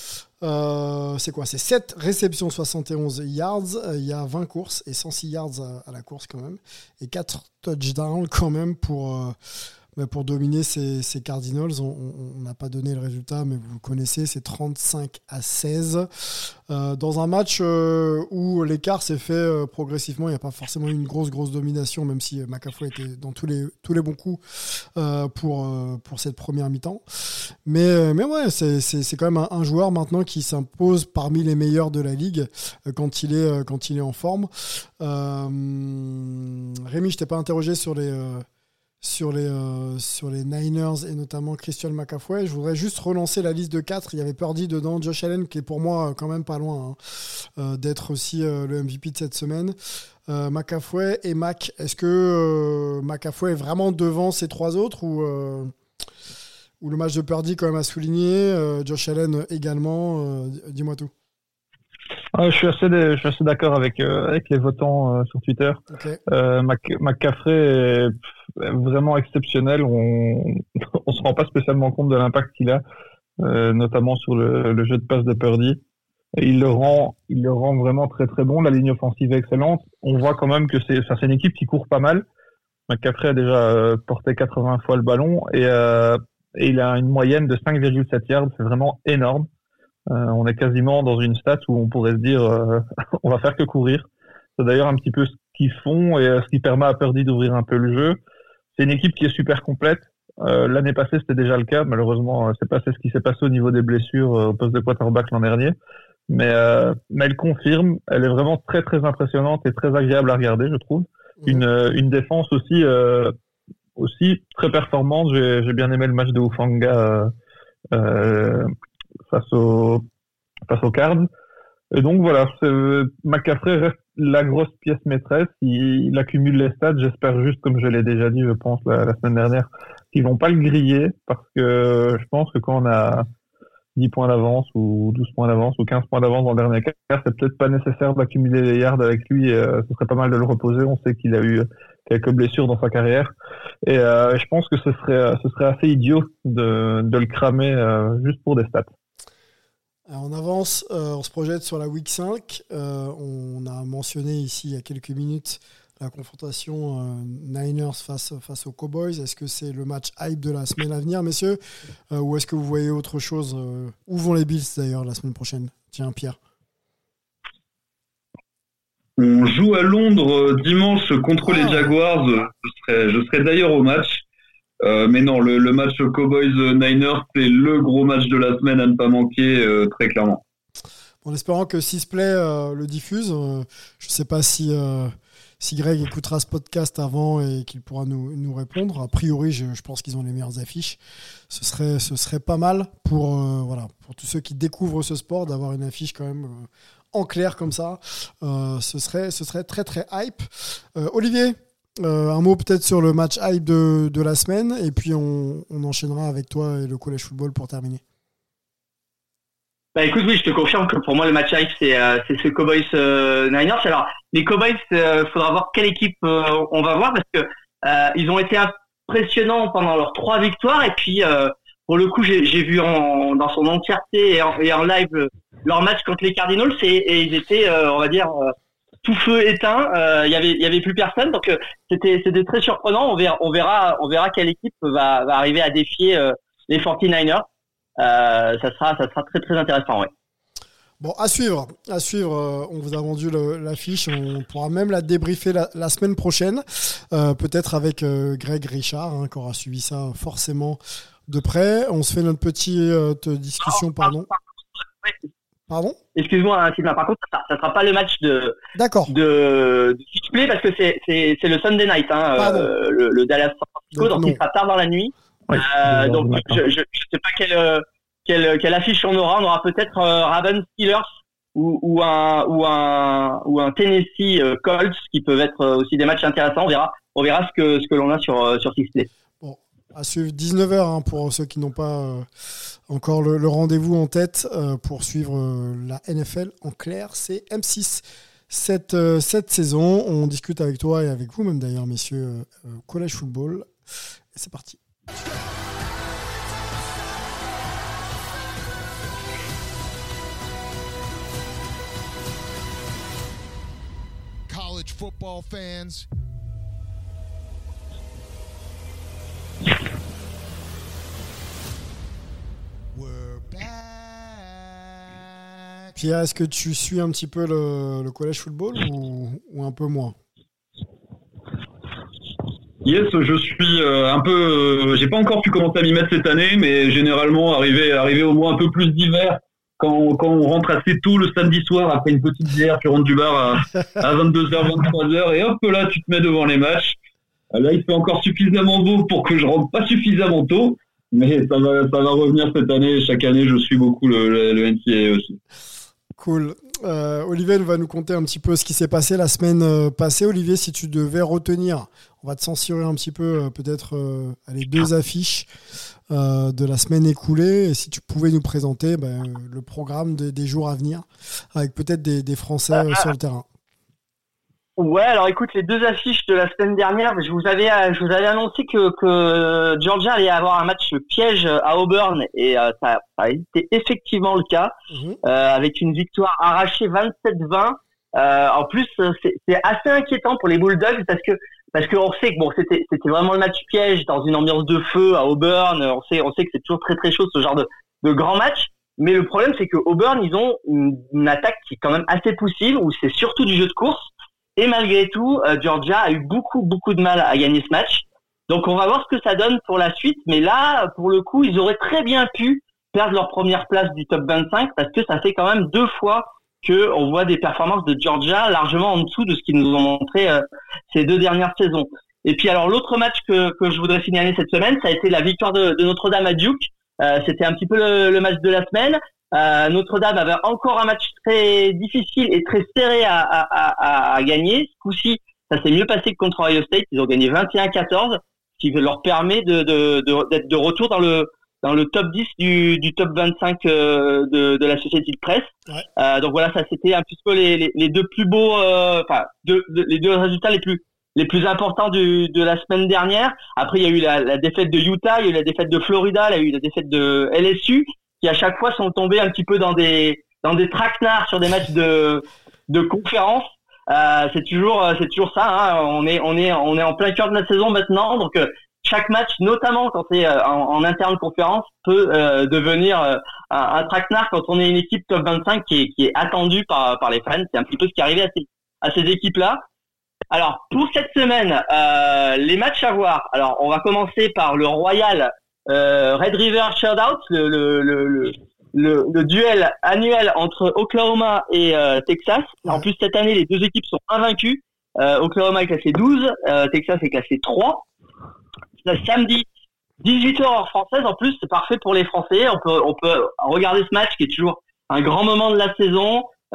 euh, c'est quoi? C'est sept réceptions, soixante et onze yards. Euh, il y a vingt courses et cent six yards à, à la course quand même. Et quatre touchdowns quand même pour, euh, pour dominer ces, ces Cardinals. On n'a pas donné le résultat, mais vous le connaissez, c'est trente-cinq à seize. Euh, dans un match euh, où l'écart s'est fait euh, progressivement, il n'y a pas forcément une grosse grosse domination, même si McCaffrey était dans tous les tous les bons coups euh, pour euh, pour cette première mi-temps. Mais mais ouais, c'est c'est c'est quand même un, un joueur maintenant qui s'impose parmi les meilleurs de la ligue euh, quand il est euh, quand il est en forme. Euh, Rémi, je t'ai pas interrogé sur les euh, sur les, euh, sur les Niners et notamment Christian McCaffrey. Je voudrais juste relancer la liste de quatre. Il y avait Purdy dedans, Josh Allen qui est pour moi quand même pas loin hein, euh, d'être aussi euh, le M V P de cette semaine. Euh, McCaffrey et Mac. Est-ce que euh, McCaffrey est vraiment devant ces trois autres ou, euh, ou le match de Purdy quand même à souligner, euh, Josh Allen également euh, dis-moi tout. Ah, je suis assez, je suis assez d'accord avec euh, avec les votants euh, sur Twitter. Okay. Euh, Mac, McCaffrey est vraiment exceptionnel. On on se rend pas spécialement compte de l'impact qu'il a, euh, notamment sur le, le jeu de passe de Purdy. Et il le rend, il le rend vraiment très très bon. La ligne offensive est excellente. On voit quand même que c'est, ça c'est une équipe qui court pas mal. McCaffrey a déjà euh, porté quatre-vingts fois le ballon et, euh, et il a une moyenne de cinq virgule sept yards. C'est vraiment énorme. Euh, on est quasiment dans une stat où on pourrait se dire euh, on va faire que courir. C'est d'ailleurs un petit peu ce qu'ils font et euh, ce qui permet à Purdy d'ouvrir un peu le jeu. C'est une équipe qui est super complète. Euh, l'année passée, c'était déjà le cas. Malheureusement, c'est pas ce qui s'est passé au niveau des blessures euh, au poste de quarterback l'an dernier. Mais, euh, mais elle confirme. Elle est vraiment très, très impressionnante et très agréable à regarder, je trouve. Une, une défense aussi, euh, aussi très performante. J'ai, j'ai bien aimé le match de Hufanga euh, euh, face au face aux Cards. Et donc voilà, c'est, McCaffrey reste la grosse pièce maîtresse. Il, il accumule les stats. J'espère juste, comme je l'ai déjà dit, je pense la, la semaine dernière, qu'ils vont pas le griller parce que je pense que quand on a dix points d'avance ou douze points d'avance ou quinze points d'avance dans le dernier quart, c'est peut-être pas nécessaire d'accumuler les yards avec lui. Euh, ce serait pas mal de le reposer. On sait qu'il a eu quelques blessures dans sa carrière. Et euh, je pense que ce serait, ce serait assez idiot de, de le cramer euh, juste pour des stats. Alors on avance, euh, on se projette sur la week cinq. Euh, on a mentionné ici il y a quelques minutes la confrontation euh, Niners face, face aux Cowboys. Est-ce que c'est le match hype de la semaine à venir, messieurs, euh, ou est-ce que vous voyez autre chose euh, Où vont les Bills d'ailleurs la semaine prochaine? Tiens, Pierre. On joue à Londres dimanche contre ah. les Jaguars. Je serai, je serai d'ailleurs au match. Euh, mais non, le, le match Cowboys-Niners, c'est le gros match de la semaine à ne pas manquer, euh, très clairement. En espérant que Sisplay euh, le diffuse. Euh, je ne sais pas si, euh, si Greg écoutera ce podcast avant et qu'il pourra nous, nous répondre. A priori, je, je pense qu'ils ont les meilleures affiches. Ce serait, ce serait pas mal pour, euh, voilà, pour tous ceux qui découvrent ce sport d'avoir une affiche quand même euh, en clair comme ça. Euh, ce, serait, ce serait très très hype. Euh, Olivier, Euh, un mot peut-être sur le match hype de, de la semaine et puis on, on enchaînera avec toi et le collège football pour terminer. Bah écoute, oui, je te confirme que pour moi le match hype c'est, euh, c'est ce Cowboys euh, Niners. Alors les Cowboys, il euh, faudra voir quelle équipe euh, on va voir parce que euh, ils ont été impressionnants pendant leurs trois victoires et puis euh, pour le coup j'ai, j'ai vu en, dans son entièreté et en, et en live leur match contre les Cardinals et, et ils étaient euh, on va dire euh, tout feu éteint, il euh, y avait il y avait plus personne, donc euh, c'était c'était très surprenant. On verra on verra on verra quelle équipe va va arriver à défier euh, les forty-niners. Euh, ça sera ça sera très très intéressant, ouais. Bon, à suivre, à suivre. Euh, on vous a vendu le, l'affiche. On pourra même la débriefer la, la semaine prochaine, euh, peut-être avec euh, Greg Richard, hein, qui aura suivi ça forcément de près. On se fait notre petite euh, discussion, pardon. Pardon ? Excuse-moi, Sylvain. Par contre, ça ne sera pas le match de D'accord. de, de Switchplay parce que c'est c'est c'est le Sunday night, hein, euh, le, le Dallas San Francisco, donc, donc il sera tard dans la nuit. Ouais, euh, donc je, je je sais pas quelle quelle quelle affiche on aura. On aura peut-être euh, Ravens Steelers ou ou un ou un ou un Tennessee euh, Colts qui peuvent être aussi des matchs intéressants. On verra on verra ce que ce que l'on a sur sur Switchplay. Bon, à suivre dix-neuf heures hein, pour ceux qui n'ont pas euh, encore le, le rendez-vous en tête euh, pour suivre euh, la N F L en clair, c'est M six. Cette, euh, cette saison, on discute avec toi et avec vous, même d'ailleurs, messieurs, euh, collège football. Et c'est parti. College football fans. Pierre, est-ce que tu suis un petit peu le, le collège football ou, ou un peu moins? Yes, je suis euh, un peu. Euh, j'ai pas encore pu commencer à m'y mettre cette année, mais généralement arrivé, arrivé au moins un peu plus d'hiver. Quand, quand on rentre assez tôt le samedi soir après une petite bière, tu rentres du bar à, à vingt-deux heures, vingt-trois heures et hop là tu te mets devant les matchs. Là il fait encore suffisamment beau pour que je rentre pas suffisamment tôt, mais ça va, ça va revenir cette année. Chaque année je suis beaucoup le, le, le N C A A aussi. Cool. Euh, Olivier va nous conter un petit peu ce qui s'est passé la semaine passée. Olivier, si tu devais retenir, on va te censurer un petit peu, euh, peut-être euh, les deux affiches euh, de la semaine écoulée. Et si tu pouvais nous présenter ben, le programme des, des jours à venir, avec peut-être des, des Français euh, sur le terrain. Ouais, alors écoute, les deux affiches de la semaine dernière, je vous avais, je vous avais annoncé que, que Georgia allait avoir un match piège à Auburn et euh, ça, ça a été effectivement le cas, mmh. euh, avec une victoire arrachée vingt-sept vingt. Euh, en plus, c'est, c'est assez inquiétant pour les Bulldogs parce que parce qu'on sait que bon, c'était c'était vraiment le match piège dans une ambiance de feu à Auburn. On sait on sait que c'est toujours très très chaud ce genre de de grand match. Mais le problème, c'est que Auburn, ils ont une, une attaque qui est quand même assez poussive, où c'est surtout du jeu de course. Et malgré tout, euh, Georgia a eu beaucoup, beaucoup de mal à gagner ce match. Donc, on va voir ce que ça donne pour la suite. Mais là, pour le coup, ils auraient très bien pu perdre leur première place du top vingt-cinq parce que ça fait quand même deux fois que on voit des performances de Georgia largement en dessous de ce qu'ils nous ont montré euh, ces deux dernières saisons. Et puis, alors, l'autre match que, que je voudrais signaler cette semaine, ça a été la victoire de, de Notre-Dame à Duke. Euh, c'était un petit peu le, le match de la semaine. Euh, Notre-Dame avait encore un match très difficile et très serré à, à, à, à gagner. Ce coup-ci, ça s'est mieux passé que contre Ohio State. Ils ont gagné vingt et un à quatorze, ce qui leur permet de, de, de, d'être de retour dans le, dans le top dix du, du top vingt-cinq euh, de, de la Associated Press. Ouais. Euh, donc voilà, ça c'était un petit peu les, les, les deux plus beaux, euh, enfin, deux, deux, les deux résultats les plus les plus importants du, de la semaine dernière. Après, il y a eu la, la défaite de Utah, il y a eu la défaite de Florida, il y a eu la défaite de L S U, qui à chaque fois sont tombés un petit peu dans des dans des traquenards sur des matchs de de conférence. Euh, c'est toujours c'est toujours ça. Hein. On est on est on est en plein cœur de la saison maintenant, donc euh, chaque match, notamment quand c'est euh, en, en interne conférence, peut euh, devenir euh, un, un traquenard quand on est une équipe top vingt-cinq qui est qui est attendue par par les fans. C'est un petit peu ce qui est arrivé à ces à ces équipes-là. Alors, pour cette semaine, euh, les matchs à voir. Alors, on va commencer par le Royal euh, Red River Shootout, le, le, le, le, le, le duel annuel entre Oklahoma et euh, Texas. En plus, cette année, les deux équipes sont invaincues. Euh, Oklahoma est classé douze, euh, Texas est classé trois. C'est samedi, dix-huit heures heure française. En plus, c'est parfait pour les Français. On peut, on peut regarder ce match qui est toujours un grand moment de la saison. Euh,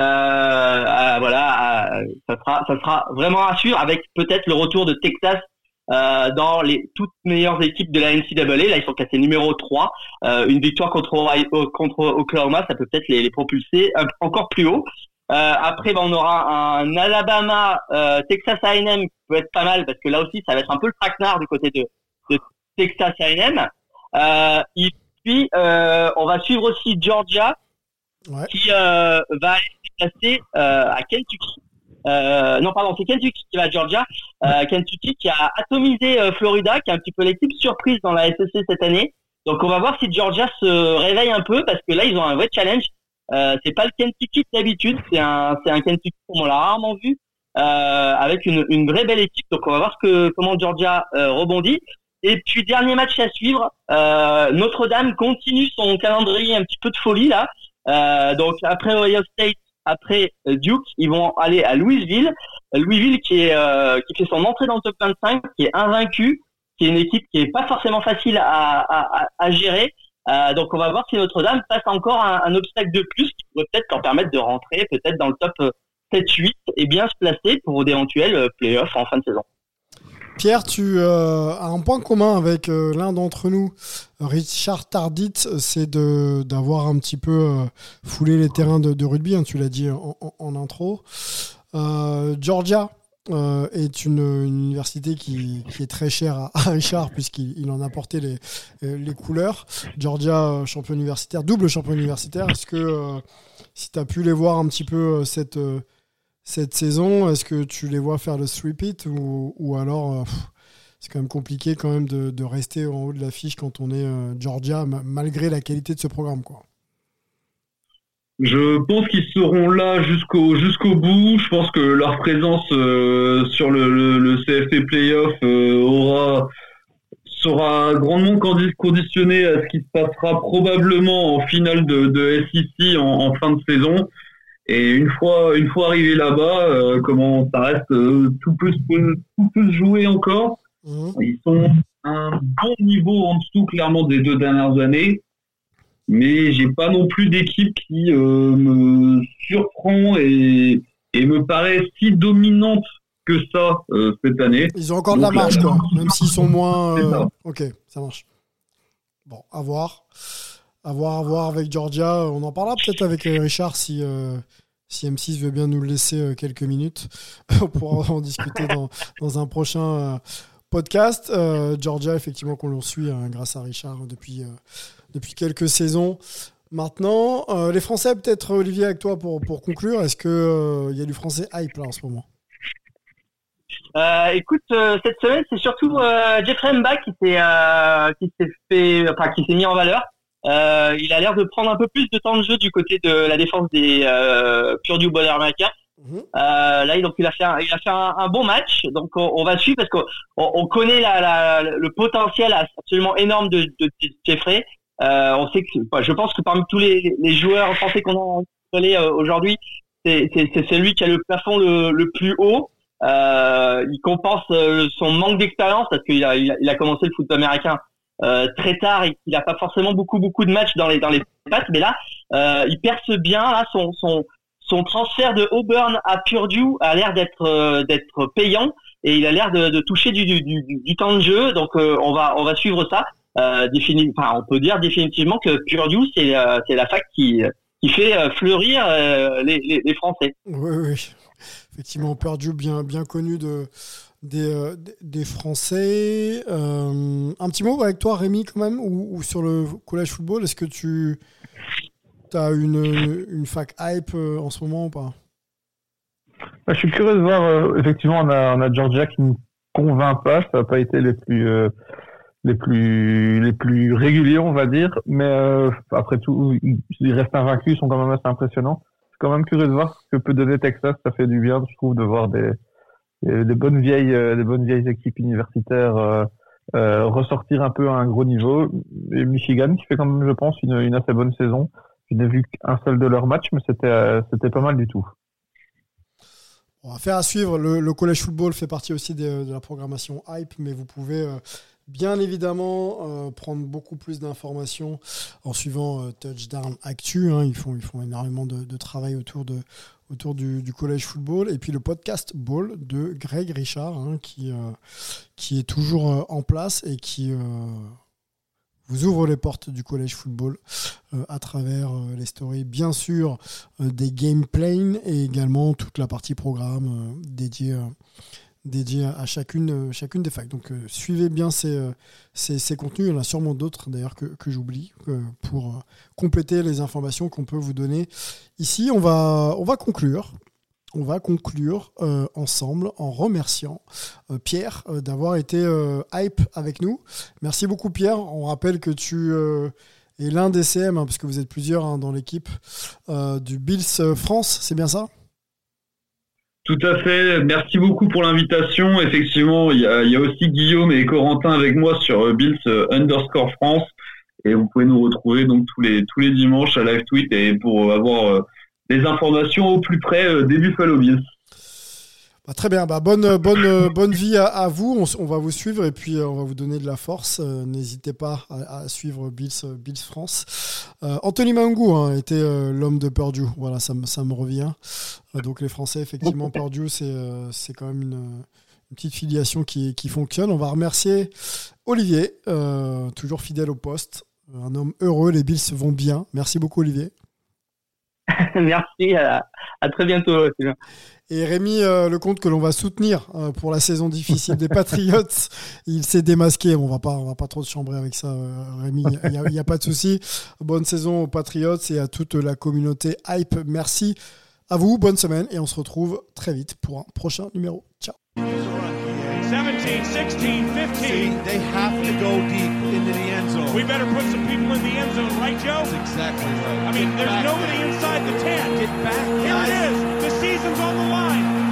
euh, voilà, euh, ça sera, ça sera vraiment à suivre avec peut-être le retour de Texas euh, dans les toutes meilleures équipes de la N C double A. Là, ils sont classés numéro trois. Euh, une victoire contre contre Oklahoma, ça peut peut-être les, les propulser encore plus haut. Euh, après, ben, on aura un Alabama euh, Texas A and M qui peut être pas mal parce que là aussi, ça va être un peu le traquenard du côté de, de Texas A and M. Euh, et puis, euh, on va suivre aussi Georgia. Ouais. Qui euh, va aller se déplacer euh, à Kentucky. Euh, non, pardon, c'est Kentucky qui va à Georgia. Euh, Kentucky qui a atomisé euh, Florida, qui est un petit peu l'équipe surprise dans la S E C cette année. Donc, on va voir si Georgia se réveille un peu parce que là, ils ont un vrai challenge. Euh, c'est pas le Kentucky d'habitude, c'est un, c'est un Kentucky comme on l'a rarement vu, euh, avec une, une vraie belle équipe. Donc, on va voir ce que, comment Georgia euh, rebondit. Et puis, dernier match à suivre. Euh, Notre-Dame continue son calendrier un petit peu de folie là. Euh, donc après Ohio State, après Duke, ils vont aller à Louisville. Louisville qui est euh, qui fait son entrée dans le top vingt-cinq, qui est invaincu, qui est une équipe qui est pas forcément facile à à, à gérer. Euh, donc on va voir si Notre-Dame passe encore un, un obstacle de plus qui pourrait peut-être leur permettre de rentrer peut-être dans le top sept huit et bien se placer pour d'éventuels playoffs en fin de saison. Pierre, tu euh, as un point commun avec euh, l'un d'entre nous, Richard Tardit, c'est de d'avoir un petit peu euh, foulé les terrains de, de rugby, hein, tu l'as dit en, en, en intro. Euh, Georgia euh, est une, une université qui, qui est très chère à, à Richard puisqu'il il en a porté les, les couleurs. Georgia, champion universitaire, double champion universitaire. Est-ce que euh, si tu as pu les voir un petit peu cette... Euh, Cette saison, est-ce que tu les vois faire le three-peat ou, ou alors euh, pff, c'est quand même compliqué quand même de, de rester en haut de l'affiche quand on est euh, Georgia, m- malgré la qualité de ce programme, quoi. Je pense qu'ils seront là jusqu'au jusqu'au bout. Je pense que leur présence euh, sur le, le, le C F P Playoff euh, aura sera grandement conditionnée à ce qui se passera probablement en finale de, de S E C en, en fin de saison. Et une fois, une fois arrivé là-bas, euh, comment ça reste, euh, tout peut, tout peut se jouer encore. Mmh. Ils sont à un bon niveau en dessous, clairement, des deux dernières années. Mais j'ai pas non plus d'équipe qui euh, me surprend et, et me paraît si dominante que ça euh, cette année. Ils ont encore Donc, de la marge, quoi, même s'ils sont moins... Euh... Ça. Ok, ça marche. Bon, à voir. À voir, à voir avec Georgia. On en parlera peut-être avec Richard si, euh, si M six veut bien nous le laisser euh, quelques minutes, on pourra en discuter dans, dans un prochain euh, podcast. Euh, Georgia, effectivement, qu'on l'on suit hein, grâce à Richard depuis, euh, depuis quelques saisons. Maintenant, euh, les Français, peut-être Olivier, avec toi pour, pour conclure, est-ce qu'il euh, y a du français hype là en ce moment? Euh, écoute, euh, cette semaine, c'est surtout euh, Jeffrey Mba qui s'est euh, qui s'est fait, enfin qui s'est mis en valeur. Euh, il a l'air de prendre un peu plus de temps de jeu du côté de la défense des euh, Purdue Boilermakers. Mmh. Euh, là, donc il a fait un, il a fait un, un bon match. Donc on, on va suivre parce qu'on on connaît la, la, le potentiel absolument énorme de, de, de Jeffrey. Euh, on sait que, je pense que parmi tous les, les joueurs français qu'on a installés euh, aujourd'hui, c'est, c'est, c'est celui qui a le plafond le, le plus haut. Euh, il compense euh, son manque d'expérience parce qu'il a, il a, il a commencé le foot américain euh, très tard et qu'il n'a pas forcément beaucoup beaucoup de matchs dans les dans les pattes, mais là euh, il perce bien. Là son son son transfert de Auburn à Purdue a l'air d'être euh, d'être payant et il a l'air de, de toucher du, du, du, du temps de jeu. Donc euh, on va on va suivre ça. Euh, défini, enfin on peut dire définitivement que Purdue c'est euh, c'est la fac qui qui fait euh, fleurir euh, les, les les Français. Oui oui. Effectivement, Purdue bien bien connu de des euh, des Français. Euh, un petit mot avec toi, Rémi, quand même, ou, ou sur le collège football. Est-ce que tu as une une fac hype euh, en ce moment ou pas? Je suis curieux de voir. Euh, effectivement, on a on a Georgia qui ne convainc pas. Ça n'a pas été les plus euh, les plus les plus réguliers, on va dire. Mais euh, après tout, ils, ils restent invaincus. Ils sont quand même assez impressionnants. Quand même curieux de voir ce que peut donner Texas. Ça fait du bien, je trouve, de voir des des bonnes vieilles des bonnes vieilles équipes universitaires euh, euh, ressortir un peu à un gros niveau. Et Michigan qui fait quand même, je pense, une, une assez bonne saison. Je n'ai vu qu'un seul de leurs matchs, mais c'était euh, c'était pas mal du tout. On va faire à suivre. Le, le college football fait partie aussi de, de la programmation hype, mais vous pouvez euh, bien évidemment euh, prendre beaucoup plus d'informations en suivant euh, Touchdown Actu. Hein. Ils font ils font énormément de, de travail autour de autour du, du college football, et puis le podcast Ball de Greg Richard hein, qui euh, qui est toujours euh, en place et qui euh, vous ouvre les portes du college football euh, à travers euh, les stories, bien sûr, euh, des gameplays et également toute la partie programme euh, dédiée, euh, dédiée à chacune, euh, chacune des facs. Donc euh, suivez bien ces, euh, ces, ces contenus. Il y en a sûrement d'autres d'ailleurs que, que j'oublie euh, pour euh, compléter les informations qu'on peut vous donner ici. On va, on va conclure. On va conclure euh, ensemble en remerciant euh, Pierre euh, d'avoir été euh, hype avec nous. Merci beaucoup Pierre. On rappelle que tu euh, es l'un des C M, hein, parce que vous êtes plusieurs hein, dans l'équipe euh, du Bills France, c'est bien ça? Tout à fait. Merci beaucoup pour l'invitation. Effectivement, il y a, il y a aussi Guillaume et Corentin avec moi sur Bills underscore France. Et vous pouvez nous retrouver donc tous les tous les dimanches à Live Tweet et pour avoir euh, des informations au plus près euh, des Buffalo Bills. Bah, très bien, bah, bonne, bonne, bonne vie à, à vous, on, on va vous suivre et puis euh, on va vous donner de la force. Euh, n'hésitez pas à, à suivre Bills, euh, Bills France. Euh, Anthony Mangou hein, était euh, l'homme de Purdue, voilà, ça, me, ça me revient. Euh, donc les Français, effectivement, Purdue, c'est, euh, c'est quand même une, une petite filiation qui, qui fonctionne. On va remercier Olivier, euh, toujours fidèle au poste, un homme heureux, les Bills vont bien. Merci beaucoup Olivier. Merci, à, à très bientôt. Et Rémi euh, Lecomte que l'on va soutenir euh, pour la saison difficile des Patriots, il s'est démasqué. Bon, on va pas, on va pas trop se chambrer avec ça, euh, Rémi. Il y, y a pas de souci. Bonne saison aux Patriots et à toute la communauté hype. Merci à vous, bonne semaine et on se retrouve très vite pour un prochain numéro. Ciao. seventeen, sixteen, fifteen. They have to go deep into the end zone. We better put some people in the end zone, right, Joe? That's exactly right. I mean, there's nobody inside the ten. Get back. Here it is. The season's on the line.